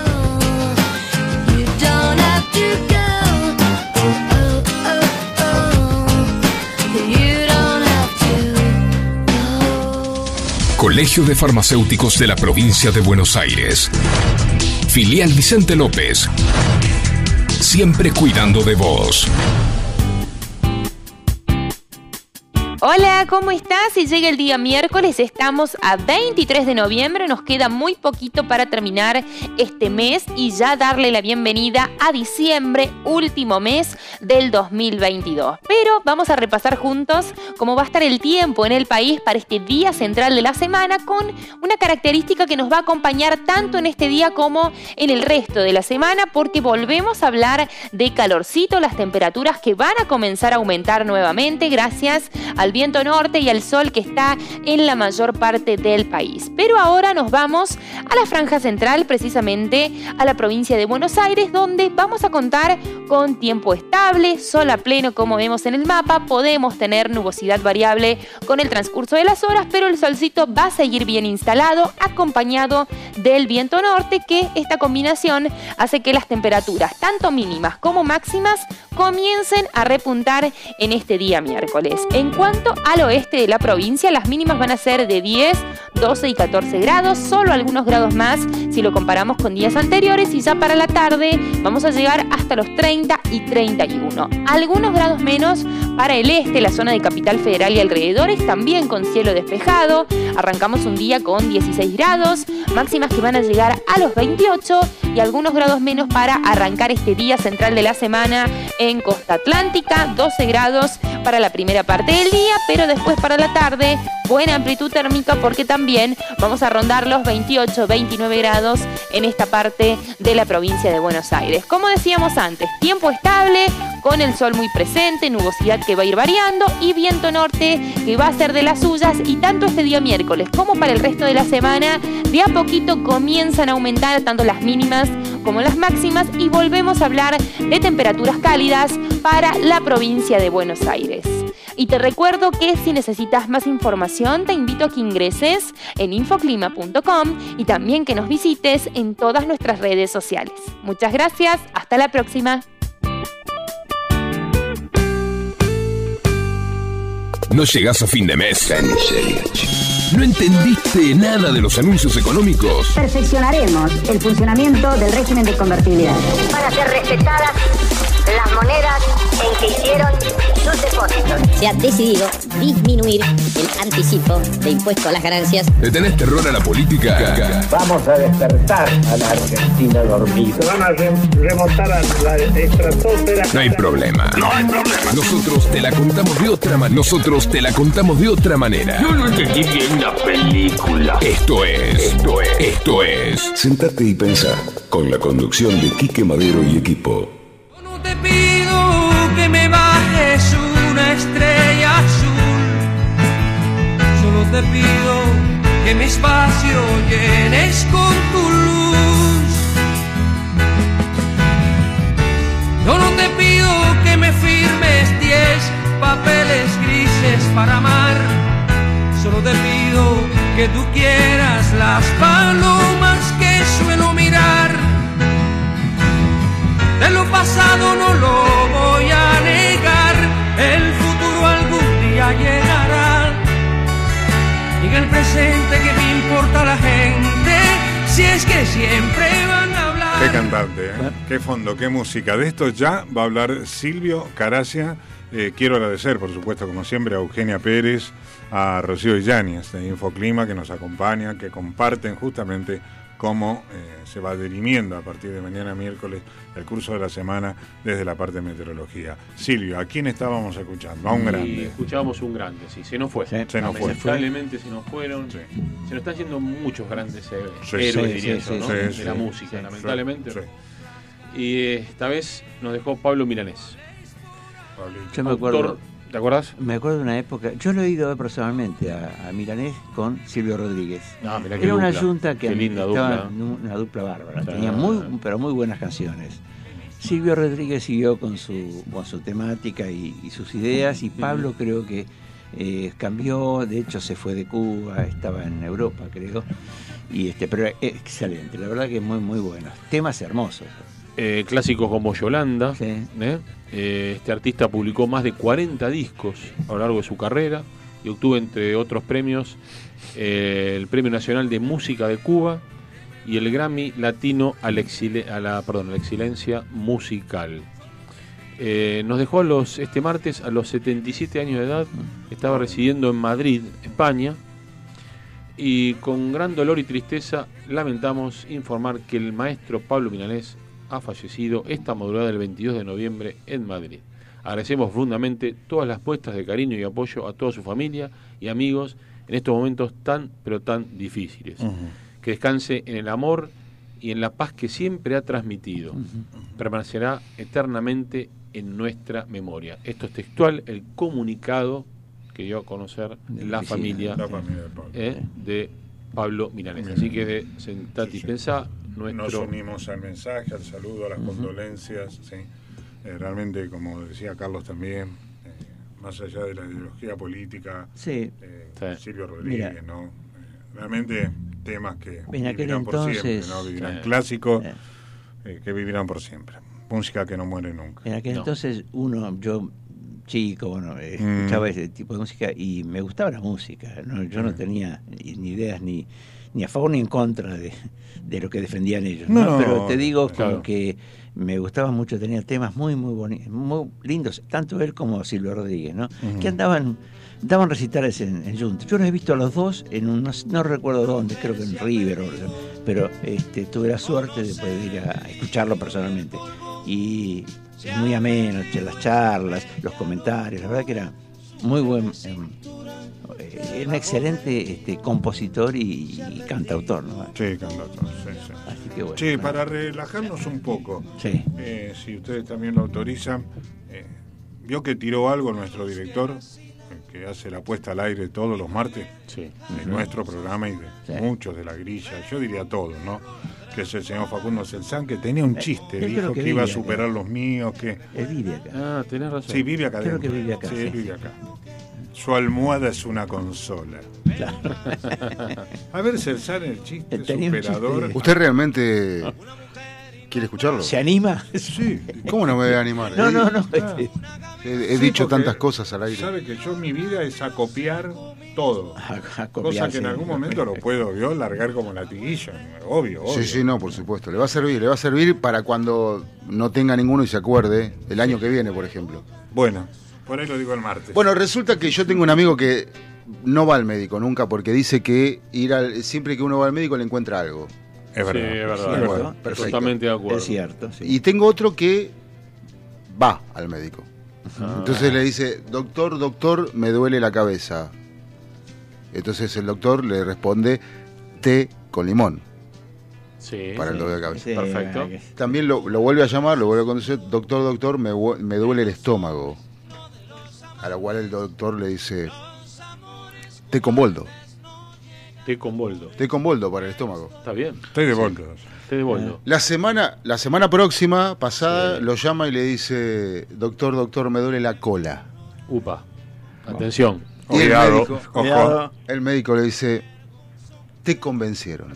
Colegio de Farmacéuticos de la Provincia de Buenos Aires. Filial Vicente López. Siempre cuidando de vos. Hola, ¿cómo estás? Y llega el día miércoles, estamos a 23 de noviembre, nos queda muy poquito para terminar este mes y ya darle la bienvenida a diciembre, último mes del 2022. Pero vamos a repasar juntos cómo va a estar el tiempo en el país para este día central de la semana, con una característica que nos va a acompañar tanto en este día como en el resto de la semana, porque volvemos a hablar de calorcito, las temperaturas que van a comenzar a aumentar nuevamente gracias al viento norte y al sol que está en la mayor parte del país. Pero ahora nos vamos a la franja central, precisamente a la provincia de Buenos Aires, donde vamos a contar con tiempo estable, sol a pleno como vemos en el mapa. Podemos tener nubosidad variable con el transcurso de las horas, pero el solcito va a seguir bien instalado, acompañado del viento norte, que esta combinación hace que las temperaturas, tanto mínimas como máximas, comiencen a repuntar en este día miércoles. En cuanto al oeste de la provincia, las mínimas van a ser de 10, 12 y 14 grados, solo algunos grados más si lo comparamos con días anteriores, y ya para la tarde vamos a llegar hasta los 30 y 31. Algunos grados menos para el este, la zona de Capital Federal y alrededores, también con cielo despejado. Arrancamos un día con 16 grados, máximas que van a llegar a los 28 y algunos grados menos para arrancar este día central de la semana en Costa Atlántica, 12 grados para la primera parte del día, pero después para la tarde buena amplitud térmica, porque también vamos a rondar los 28, 29 grados en esta parte de la provincia de Buenos Aires. Como decíamos antes, tiempo estable, con el sol muy presente, nubosidad que va a ir variando y viento norte que va a ser de las suyas, y tanto este día miércoles como para el resto de la semana, de a poquito comienzan a aumentar tanto las mínimas como las máximas y volvemos a hablar de temperaturas cálidas para la provincia de Buenos Aires. Y te recuerdo que si necesitas más información, te invito a que ingreses en infoclima.com y también que nos visites en todas nuestras redes sociales. Muchas gracias, hasta la próxima. ¿No llegás a fin de mes? ¿No entendiste nada de los anuncios económicos? Perfeccionaremos el funcionamiento del régimen de convertibilidad. Para ser respetadas las monedas en que hicieron sus depósitos. Se ha decidido disminuir el anticipo de impuesto a las ganancias. ¿Le tenés terror a la política? Vamos a despertar a la Argentina dormida. Se van a remontar a la estratosfera. No hay problema. No hay problema. Nosotros te la contamos de otra manera. Nosotros te la contamos de otra manera. Yo no entendí bien la película. Esto es. Sentate y pensá, con la conducción de Quique Madero y equipo. No te pido que me bajes una estrella azul, solo te pido que mi espacio llenes con tu luz. Yo no te pido que me firmes 10 papeles grises para amar, solo te pido que tú quieras las palomas que suelo mirar. De lo pasado no lo voy a negar, el futuro algún día llegará. Y en el presente que me importa la gente, si es que siempre van a hablar. Qué cantante, ¿eh? Qué fondo, qué música. De esto ya va a hablar Silvio Caracia. Quiero agradecer, por supuesto, como siempre, a Eugenia Pérez, a Rocío Yáñez de Infoclima, que nos acompañan, que comparten justamente cómo se va dirimiendo a partir de mañana miércoles el curso de la semana desde la parte de meteorología. Silvio, ¿a quién estábamos escuchando? A un grande. Escuchábamos un grande, sí, se nos fue. Se nos fue. Lamentablemente se nos fueron. Sí. Se nos están yendo muchos grandes héroes, diría yo, ¿no? De la música, lamentablemente. Sí. Y esta vez nos dejó Pablo Milanés. Yo me acuerdo. ¿Te acuerdas? Me acuerdo de una época, yo lo he ido a ver personalmente a Milanés con Silvio Rodríguez. Mirá Era una yunta que estaba una dupla bárbara, tenía pero muy buenas canciones. Silvio Rodríguez siguió con su temática y sus ideas, y Pablo creo que cambió, de hecho se fue de Cuba, estaba en Europa creo, pero excelente, la verdad que muy muy buenos, temas hermosos. Clásicos como Yolanda. Sí. Este artista publicó más de 40 discos a lo largo de su carrera y obtuvo, entre otros premios, el Premio Nacional de Música de Cuba y el Grammy Latino a la excelencia musical. Nos dejó este martes a los 77 años de edad. Estaba residiendo en Madrid, España, y con gran dolor y tristeza lamentamos informar que el maestro Pablo Milanés ha fallecido esta madrugada del 22 de noviembre en Madrid. Agradecemos profundamente todas las muestras de cariño y apoyo a toda su familia y amigos en estos momentos tan, pero tan difíciles. Que descanse en el amor y en la paz que siempre ha transmitido. Permanecerá eternamente en nuestra memoria. Esto es textual, el comunicado que dio a conocer la familia de Pablo Milanés. Así que sentate y pensá. Nos unimos al mensaje, al saludo, a las condolencias. ¿Sí? Realmente, como decía Carlos también, más allá de la ideología política, Silvio Rodríguez, ¿no? Realmente temas que vivirán por siempre, ¿no? Vivirán clásicos que vivirán por siempre. Música que no muere nunca. En aquel entonces yo chico, escuchaba ese tipo de música y me gustaba la música, ¿no? Yo no tenía ni ideas ni a favor ni en contra de lo que defendían ellos, ¿no? Pero te digo como que me gustaba mucho, tenía temas muy muy bonitos, muy lindos, tanto él como Silvio Rodríguez, ¿no? Que daban recitales en Junta. Yo los he visto a los dos no recuerdo dónde, creo que en River, pero tuve la suerte de poder ir a escucharlo personalmente. Y muy ameno, las charlas, los comentarios, la verdad que era muy buen, un excelente compositor y cantautor, ¿no? Sí, cantautor, sí. Así que bueno. Sí, para relajarnos un poco, si ustedes también lo autorizan, vio que tiró algo nuestro director, que hace la puesta al aire todos los martes, de nuestro programa y de muchos de la grilla, yo diría todos, ¿no? Que es el señor Facundo Celsán, que tenía un chiste, dijo que iba a superar los míos, que... Él vive acá. Ah, tenés razón. Sí, vive acá. Creo que vive acá. Sí, él vive acá. Su almohada es una consola. Claro. A ver, Celsán, el chiste superador. ¿Usted realmente quiere escucharlo? ¿Se anima? Sí. ¿Cómo no me voy a animar? No. He dicho tantas cosas al aire. Sabe que mi vida es acopiar todo. Cosa que en algún momento lo puedo largar como latiguillo, obvio. Sí, no, por supuesto. Le va a servir para cuando no tenga ninguno y se acuerde, el año que viene, por ejemplo. Bueno, por ahí lo digo el martes. Bueno, resulta que yo tengo un amigo que no va al médico nunca porque dice que siempre que uno va al médico le encuentra algo. Es verdad. Sí, es verdad. Bueno, perfecto. Totalmente de acuerdo. Es cierto. Sí. Y tengo otro que va al médico. Entonces le dice, doctor, me duele la cabeza. Entonces el doctor le responde, té con limón. Sí. Para el dolor de cabeza. Sí, perfecto. También lo vuelve a llamar, lo vuelve a conocer, doctor, me duele el estómago. A la cual el doctor le dice, té con boldo. Té con boldo. Té con boldo para el estómago. Está bien. Té de boldo. Té de boldo. La semana próxima, pasada, lo llama y le dice, doctor, me duele la cola. Upa. Atención. Y Cuidado. el médico le dice, te convencieron.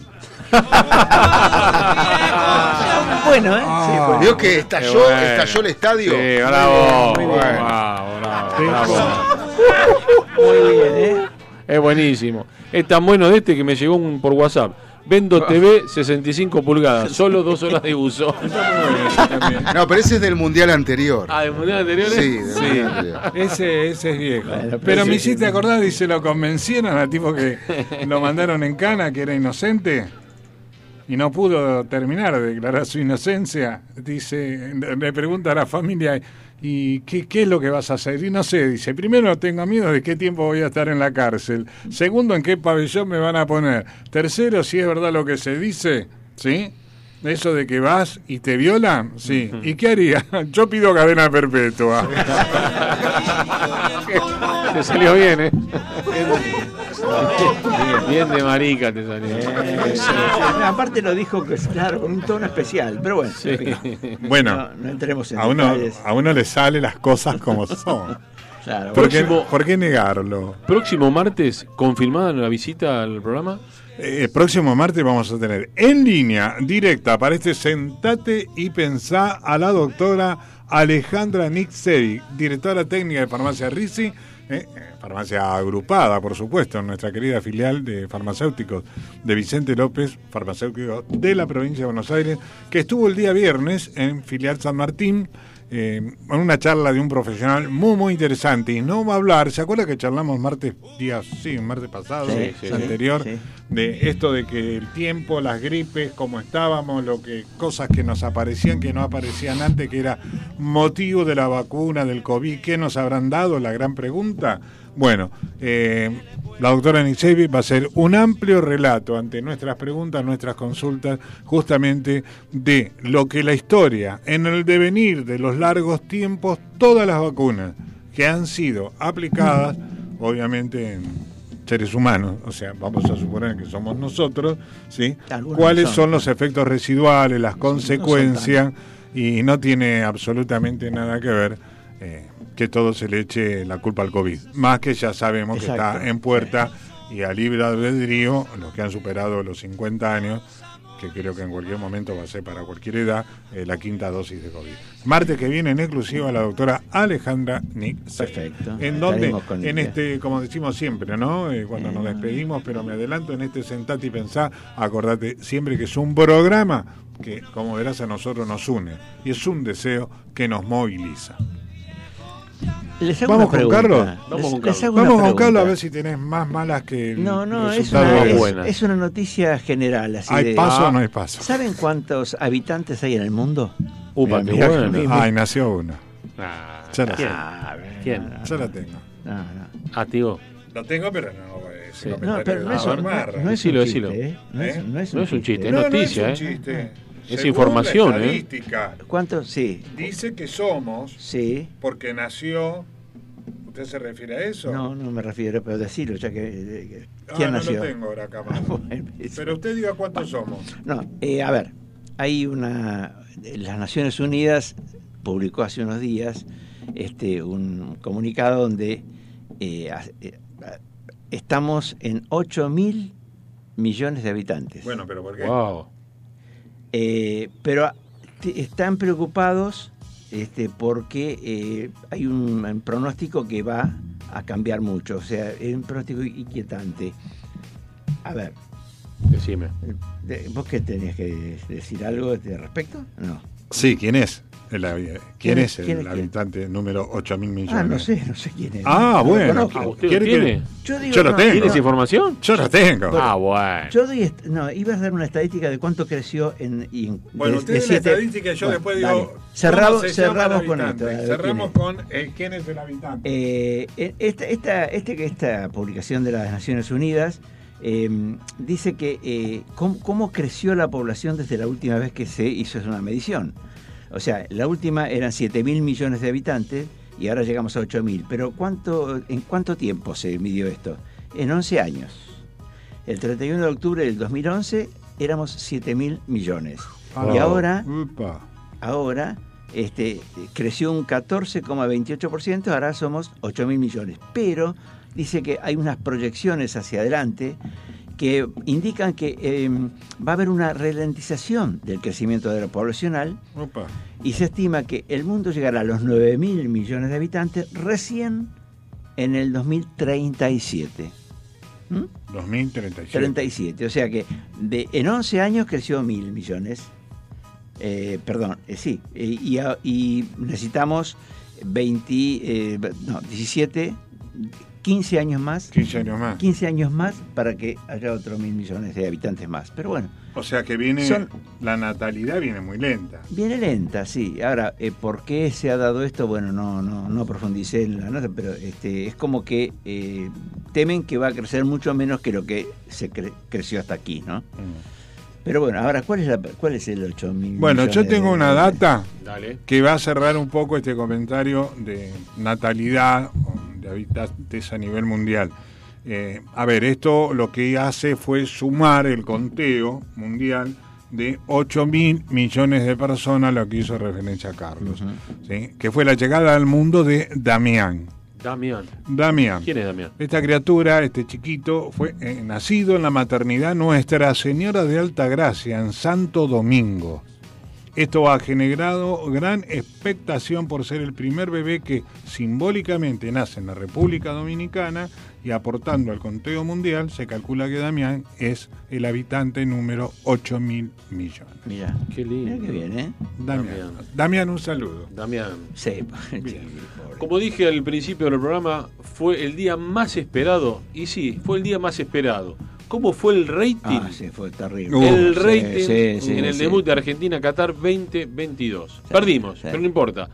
Bueno, ¿eh? Sí, bueno. ¿Vio que estalló el estadio? Sí, bravo. Muy bien. Bravo. Muy bien, ¿eh? Es buenísimo. Es tan bueno que me llegó por WhatsApp. Vendo TV 65 pulgadas, solo 2 horas de uso. No, pero ese es del mundial anterior. Ah, ¿del mundial anterior? Sí, del mundial anterior. Ese es viejo. Bueno, pero me sí. hiciste acordar, dice, lo convencieron al tipo que lo mandaron en cana, que era inocente, y no pudo terminar de declarar su inocencia. Dice, le pregunta a la familia, ¿y qué es lo que vas a hacer? Y no sé, dice, primero tengo miedo de qué tiempo voy a estar en la cárcel. Segundo, en qué pabellón me van a poner. Tercero, si es verdad lo que se dice, ¿sí? Eso de que vas y te violan, sí. ¿Y qué haría? Yo pido cadena perpetua. Te salió bien, ¿eh? Bien de marica te salió. Aparte lo dijo, claro, con un tono especial, pero bueno. Sí. Bueno, no entremos en a detalles. uno le sale las cosas como son. Claro. ¿Por qué negarlo? Próximo martes, ¿confirmada la visita al programa? El próximo martes vamos a tener en línea directa para este Sentate y Pensá a la doctora Alejandra Nixevi, directora técnica de Farmacia Risi, farmacia agrupada, por supuesto, en nuestra querida filial de farmacéuticos de Vicente López, farmacéutico de la provincia de Buenos Aires, que estuvo el día viernes en filial San Martín, en una charla de un profesional muy interesante. Y no va a hablar, ¿se acuerda que charlamos martes pasado, anterior, de esto de que el tiempo, las gripes, cómo estábamos, cosas que nos aparecían, que no aparecían antes, que era motivo de la vacuna, del COVID, ¿qué nos habrán dado? La gran pregunta. Bueno, la doctora Nixevi va a hacer un amplio relato ante nuestras preguntas, nuestras consultas, justamente de lo que la historia, en el devenir de los largos tiempos, todas las vacunas que han sido aplicadas, obviamente en seres humanos, o sea, vamos a suponer que somos nosotros, ¿sí? ¿Cuáles son los efectos residuales, las consecuencias? Y no tiene absolutamente nada que ver que todo se le eche la culpa al COVID. Más que ya sabemos que está en puerta y a libre albedrío, los que han superado los 50 años, que creo que en cualquier momento va a ser para cualquier edad, la quinta dosis de COVID. Martes que viene en exclusiva la doctora Alejandra Nixevi. Perfecto. En donde, como decimos siempre, ¿no? Cuando nos despedimos, pero me adelanto, en este Sentate y Pensá, acordate siempre que es un programa que, como verás, a nosotros nos une. Y es un deseo que nos moviliza. ¿Vamos con Carlos? Vamos con Carlos a ver si tenés más malas que el resultado. Es una noticia general. Así ¿Hay paso o no hay paso? ¿Saben cuántos habitantes hay en el mundo? Upa, qué bueno. Ay, nació uno. Ya la sé. ¿Quién? Ya la tengo. Tío. Lo tengo, pero no. No, pero no es un chiste. No es un chiste, es noticia. No es un chiste. Es información, estadística, ¿Cuántos? Sí. Dice que somos, porque nació. ¿Usted se refiere a eso? No me refiero, pero decirlo, ya que ¿quién nació? No lo tengo ahora acá. Pero usted diga cuántos somos. No, a ver, hay las Naciones Unidas publicó hace unos días un comunicado donde estamos en 8.000 millones de habitantes. Bueno, pero ¿por qué? Wow. Pero están preocupados porque hay un pronóstico que va a cambiar mucho, o sea, es un pronóstico inquietante. A ver, decime. ¿Vos qué tenés que decir algo de respecto? No. Sí, ¿quién es? ¿Quién es el habitante número 8.000 millones? No sé quién es. Bueno. ¿Usted lo tiene? Yo lo tengo. ¿Tienes información? Yo lo tengo. Bueno. Yo iba a dar una estadística de cuánto creció Bueno, usted es la estadística y yo después digo... Cerramos con esto. Cerramos con quién es el habitante. Esta publicación de las Naciones Unidas dice que cómo creció la población desde la última vez que se hizo una medición. O sea, la última eran 7.000 millones de habitantes y ahora llegamos a 8.000. Pero ¿en cuánto tiempo se midió esto? En 11 años. El 31 de octubre del 2011 éramos 7.000 millones. Ah, y ahora upa. Creció un 14,28%, ahora somos 8.000 millones. Pero dice que hay unas proyecciones hacia adelante que indican que va a haber una ralentización del crecimiento poblacional. Opa. Y se estima que el mundo llegará a los 9.000 millones de habitantes recién en el 2037. 2037. 37, o sea que en 11 años creció 1.000 millones. Y necesitamos 15 años más. 15 años más. 15 años más para que haya otros 1.000 millones de habitantes más. Pero bueno. O sea que la natalidad viene muy lenta. Viene lenta, sí. Ahora, ¿por qué se ha dado esto? Bueno, no profundicé en la nota, pero es como que temen que va a crecer mucho menos que lo que se creció hasta aquí, ¿no? Pero bueno, ahora, ¿cuál es el 8.000 millones? Bueno, yo tengo una data que va a cerrar un poco este comentario de natalidad de habitantes a nivel mundial. A ver, esto lo que hace fue sumar el conteo mundial de 8.000 millones de personas, lo que hizo referencia a Carlos, ¿sí? Que fue la llegada al mundo de Damián. Damián. ¿Quién es Damián? Esta criatura, este chiquito, fue nacido en la maternidad Nuestra Señora de Altagracia, en Santo Domingo. Esto ha generado gran expectación por ser el primer bebé que simbólicamente nace en la República Dominicana, y aportando al conteo mundial, se calcula que Damián es el habitante número 8.000 millones. Mira, qué lindo. Mira qué bien, ¿eh? Damián, un saludo. Damián. Sí. Como dije al principio del programa, fue el día más esperado, y sí, fue el día más esperado. ¿Cómo fue el rating? Sí, fue terrible. El rating en el debut de Argentina-Qatar 2022. Perdimos, pero no importa.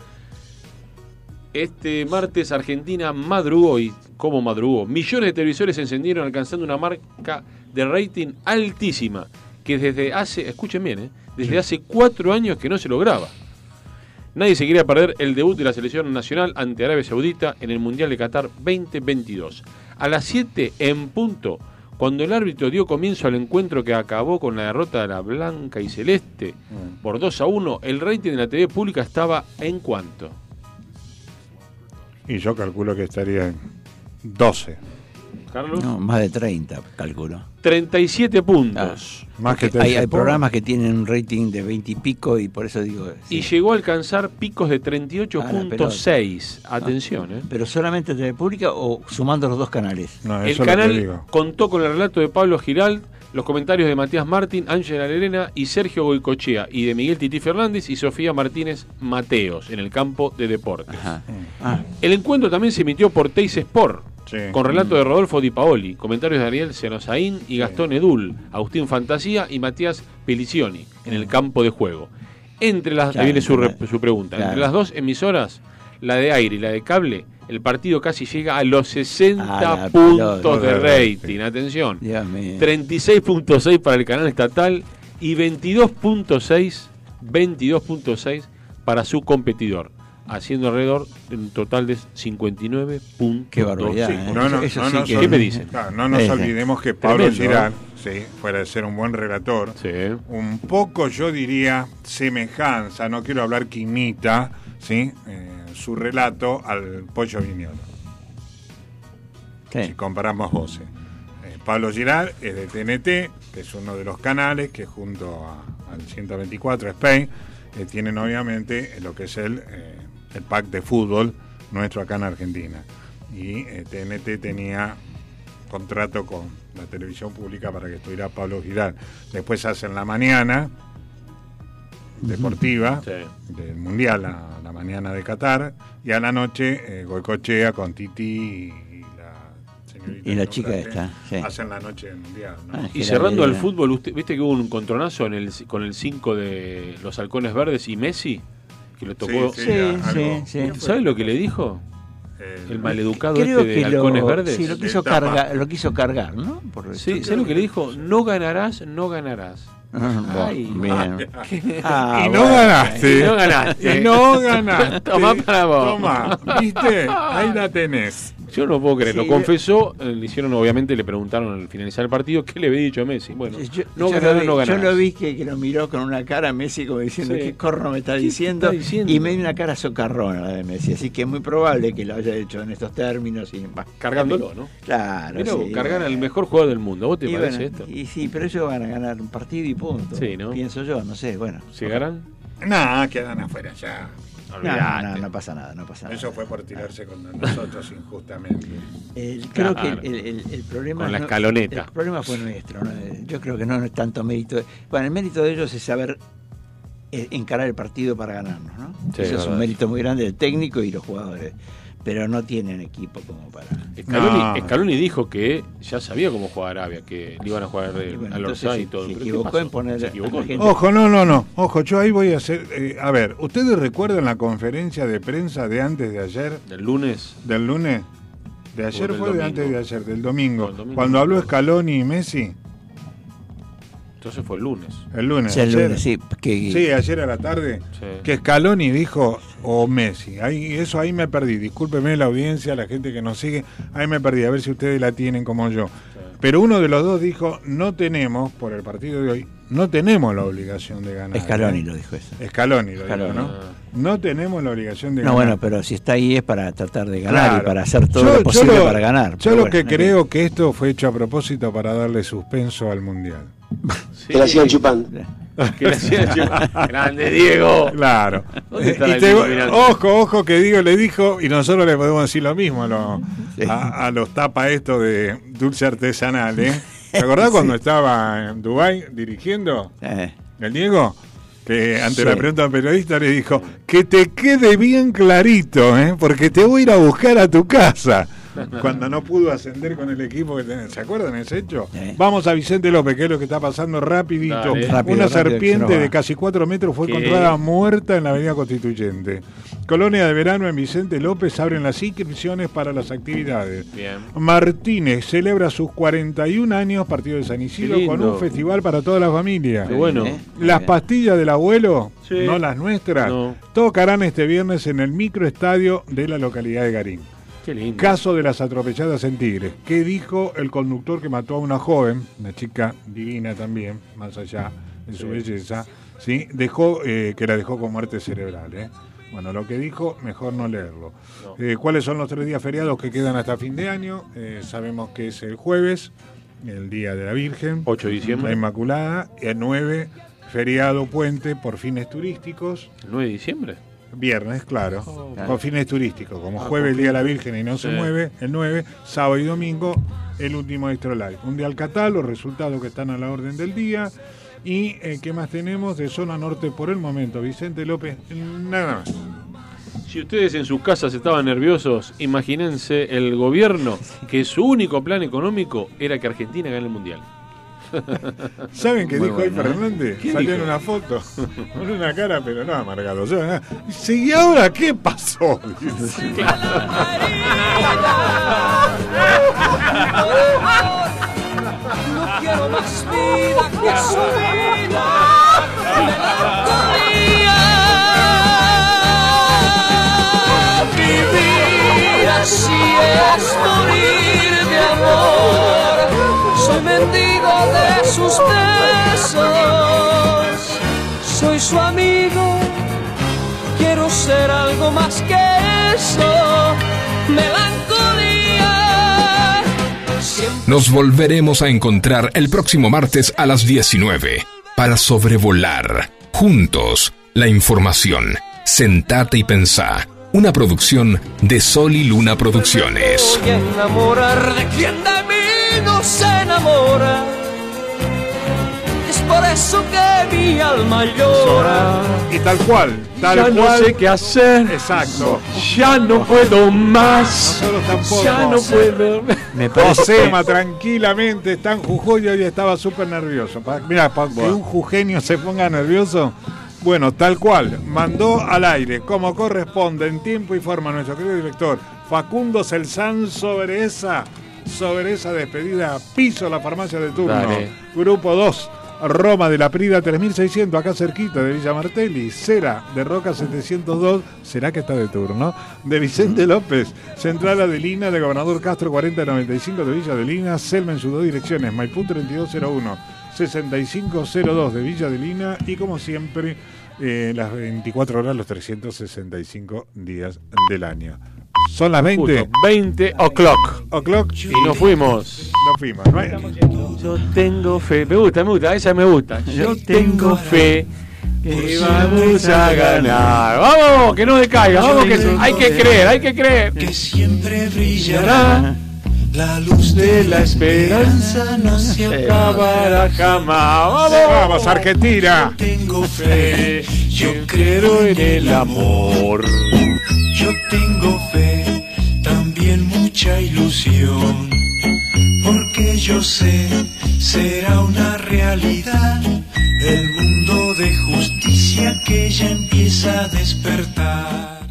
Este martes Argentina madrugó, y ¿cómo madrugó? Millones de televisores se encendieron alcanzando una marca de rating altísima, que desde hace, escuchen bien, desde hace 4 años que no se lograba. Nadie se quería perder el debut de la selección nacional ante Arabia Saudita en el Mundial de Qatar 2022. A las 7 en punto, cuando el árbitro dio comienzo al encuentro que acabó con la derrota de la blanca y celeste por 2-1, el rating de la TV pública estaba ¿en cuánto? Y yo calculo que estaría en 12. ¿Carlos? No, más de 30, calculo. 37 puntos. Más que hay programas que tienen un rating de 20 y pico, y por eso digo... Y llegó a alcanzar picos de 38.6. Atención, ¿Pero solamente TV pública o sumando los dos canales? No, el canal contó con el relato de Pablo Giral, los comentarios de Matías Martín, Ángela Lerena y Sergio Goicochea, y de Miguel Tití Fernández y Sofía Martínez Mateos en el campo de deportes. El encuentro también se emitió por Teis Sport, con relato de Rodolfo Di Paoli, comentarios de Ariel Senosaín y Gastón Edul, Agustín Fantasía y Matías Pelicioni en el campo de juego. Entre las, ahí viene su pregunta, entre las dos emisoras, la de aire y la de cable, el partido casi llega a los 60 puntos de rating. Atención, 36.6 para el canal estatal y 22.6 para su competidor, haciendo alrededor de un total de 59 puntos. Qué barbaridad. ¿Qué me dicen? No nos olvidemos que Pablo Giral, fuera de ser un buen relator, un poco, yo diría, semejanza, no quiero hablar que imita, su relato al Pollo Viñolo. Si comparamos voces. Pablo Giral es de TNT, que es uno de los canales que junto al 124 Spain tienen obviamente lo que es el pack de fútbol nuestro acá en Argentina. Y TNT tenía contrato con la televisión pública para que estuviera Pablo Giral. Después hacen la mañana deportiva del Mundial, la mañana de Qatar, y a la noche Goicochea con Titi y la señorita y la chica esta hacen la noche del Mundial, ¿no? Y cerrando al fútbol, usted viste que hubo un encontronazo con el 5 de los Halcones Verdes y Messi, que le tocó. ¿Sabe lo que le dijo? El maleducado de Halcones Verdes. Sí, lo quiso cargar, ¿no? ¿Sabes lo que le dijo? No ganarás. Ay, bien. Y no ganaste. Tomá para vos. Tomá, ¿viste? Ahí la tenés. Yo no lo puedo creer, Sí, lo confesó, le hicieron, obviamente, le preguntaron al finalizar el partido qué le había dicho a Messi. Bueno, yo ganarás. Yo lo vi que lo miró con una cara Messi como diciendo, ¿qué corno me está diciendo? Y me dio una cara socarrona la de Messi, así que es muy probable que lo haya hecho en estos términos. Cargándolo, ¿no? Claro. Mirá, sí, cargar al mejor jugador del mundo, ¿vos te parece esto? Y sí, pero ellos van a ganar un partido y punto. Sí, ¿no? Pienso yo, no sé, bueno. ¿Llegarán? No, quedan afuera ya. No pasa nada, Eso fue por tirarse con nosotros injustamente. Creo que el problema... Con la escaloneta. El problema fue nuestro, ¿no? Yo creo que no es tanto mérito... Bueno, el mérito de ellos es saber encarar el partido para ganarnos, ¿no? Sí, eso es un mérito muy grande del técnico y los jugadores. Pero no tienen equipo como para... Scaloni dijo que ya sabía cómo jugar Arabia, que le iban a jugar al Orsay y todo. Se equivocó en poner... Ojo, no. Ojo, yo ahí voy a hacer... a ver, ¿ustedes recuerdan la conferencia de prensa de antes de ayer? ¿Del lunes? ¿Del lunes? ¿De ayer fue de antes de ayer? Del domingo. Cuando habló Scaloni y Messi. Entonces fue el lunes. El lunes. Sí, ayer. Sí, ayer a la tarde. Sí. Que Scaloni dijo, o Messi. Ahí me perdí. Discúlpeme la audiencia, la gente que nos sigue. Ahí me perdí. A ver si ustedes la tienen como yo. Sí. Pero uno de los dos dijo, no tenemos, por el partido de hoy, no tenemos la obligación de ganar. Scaloni lo dijo eso. Scaloni lo dijo, ¿no? No tenemos la obligación de ganar. No, bueno, pero si está ahí es para tratar de ganar y para hacer todo lo posible para ganar. Yo lo que creo que esto fue hecho a propósito para darle suspenso al Mundial. Sí. Que la sigan chupando. Que la sigan chupando. Grande Diego. Claro. Ojo que Diego le dijo, y nosotros le podemos decir lo mismo a los tapas estos de dulce artesanal, ¿eh? ¿Te acordás cuando estaba en Dubái dirigiendo? El Diego, que ante la pregunta del periodista le dijo, que te quede bien clarito, porque te voy a ir a buscar a tu casa. Cuando no pudo ascender con el equipo que tenía. ¿Se acuerdan ese hecho? Vamos a Vicente López, que es lo que está pasando rapidito. Una serpiente de casi 4 metros fue encontrada muerta en la Avenida Constituyente. Colonia de verano en Vicente López, abren las inscripciones para las actividades. Bien. Martínez celebra sus 41 años, partido de San Isidro, con un festival para toda la familia. Qué bueno. Las pastillas del abuelo, no las nuestras, tocarán este viernes en el microestadio de la localidad de Garín. Qué lindo. Caso de las atropelladas en Tigre. ¿Qué dijo el conductor que mató a una joven, una chica divina también, más allá de su belleza, ¿sí? Que la dejó con muerte cerebral, Bueno, lo que dijo, mejor no leerlo. ¿Cuáles son los 3 días feriados que quedan hasta fin de año? Sabemos que es el jueves, el Día de la Virgen. 8 de diciembre. La Inmaculada. El 9, feriado puente por fines turísticos. ¿El 9 de diciembre? Viernes, claro, con fines turísticos. Como jueves el Día de la Virgen y no se mueve, el 9, sábado y domingo, el último Extra Life. Un día al Catal, los resultados que están a la orden del día. Y ¿qué más tenemos? De zona norte por el momento, Vicente López, nada más. Si ustedes en sus casas estaban nerviosos, imagínense el gobierno que su único plan económico era que Argentina gane el Mundial. ¿Saben qué dijo bueno, ahí Fernández? ¿Qué Salió dijo? en una foto con una cara, pero no amargado. Dice, ¿y ahora qué pasó? Dice. No quiero más vida que su vida. Melancolía. Vivir así es morir de amor. Soy mendigo de sus besos. Soy su amigo. Quiero ser algo más que eso. Melancolía. Nos volveremos a encontrar el próximo martes a las 19 para sobrevolar juntos la información. Sentate y pensá. Una producción de Sol y Luna Producciones. Voy a enamorar de quien de mí no se enamora. Es por eso que mi alma llora. Y tal cual. Ya no sé qué hacer. Exacto. Ya no puedo más. Nosotros tampoco. Ya no puedo. Me parece Josema tranquilamente está en Jujuy y hoy estaba súper nervioso. Mira, para que un jujeño se ponga nervioso. Bueno, tal cual, mandó al aire, como corresponde, en tiempo y forma, nuestro querido director Facundo Celsan sobre esa despedida, piso la farmacia de turno. Dale. Grupo 2, Roma de la Prida 3600, acá cerquita de Villa Martelli. Cera de Roca 702, será que está de turno, de Vicente López. Central Adelina de Gobernador Castro 4095 de Villa Adelina. Selma en sus 2 direcciones, Maipú 3201, 6502 de Villa Adelina. Y como siempre, las 24 horas, los 365 días del año. Son las 20. Justo, 20 o'clock. Y nos fuimos. No hay... Yo tengo fe. Me gusta, esa me gusta. Yo tengo fe que vamos a ganar. Vamos, que no decaiga. Vamos, que hay que creer. Que siempre brillará. La luz de la esperanza no se acabará jamás. Vamos, Argentina. Yo tengo fe, yo creo en el amor. Yo tengo fe, también mucha ilusión. Porque yo sé, será una realidad. El mundo de justicia que ya empieza a despertar.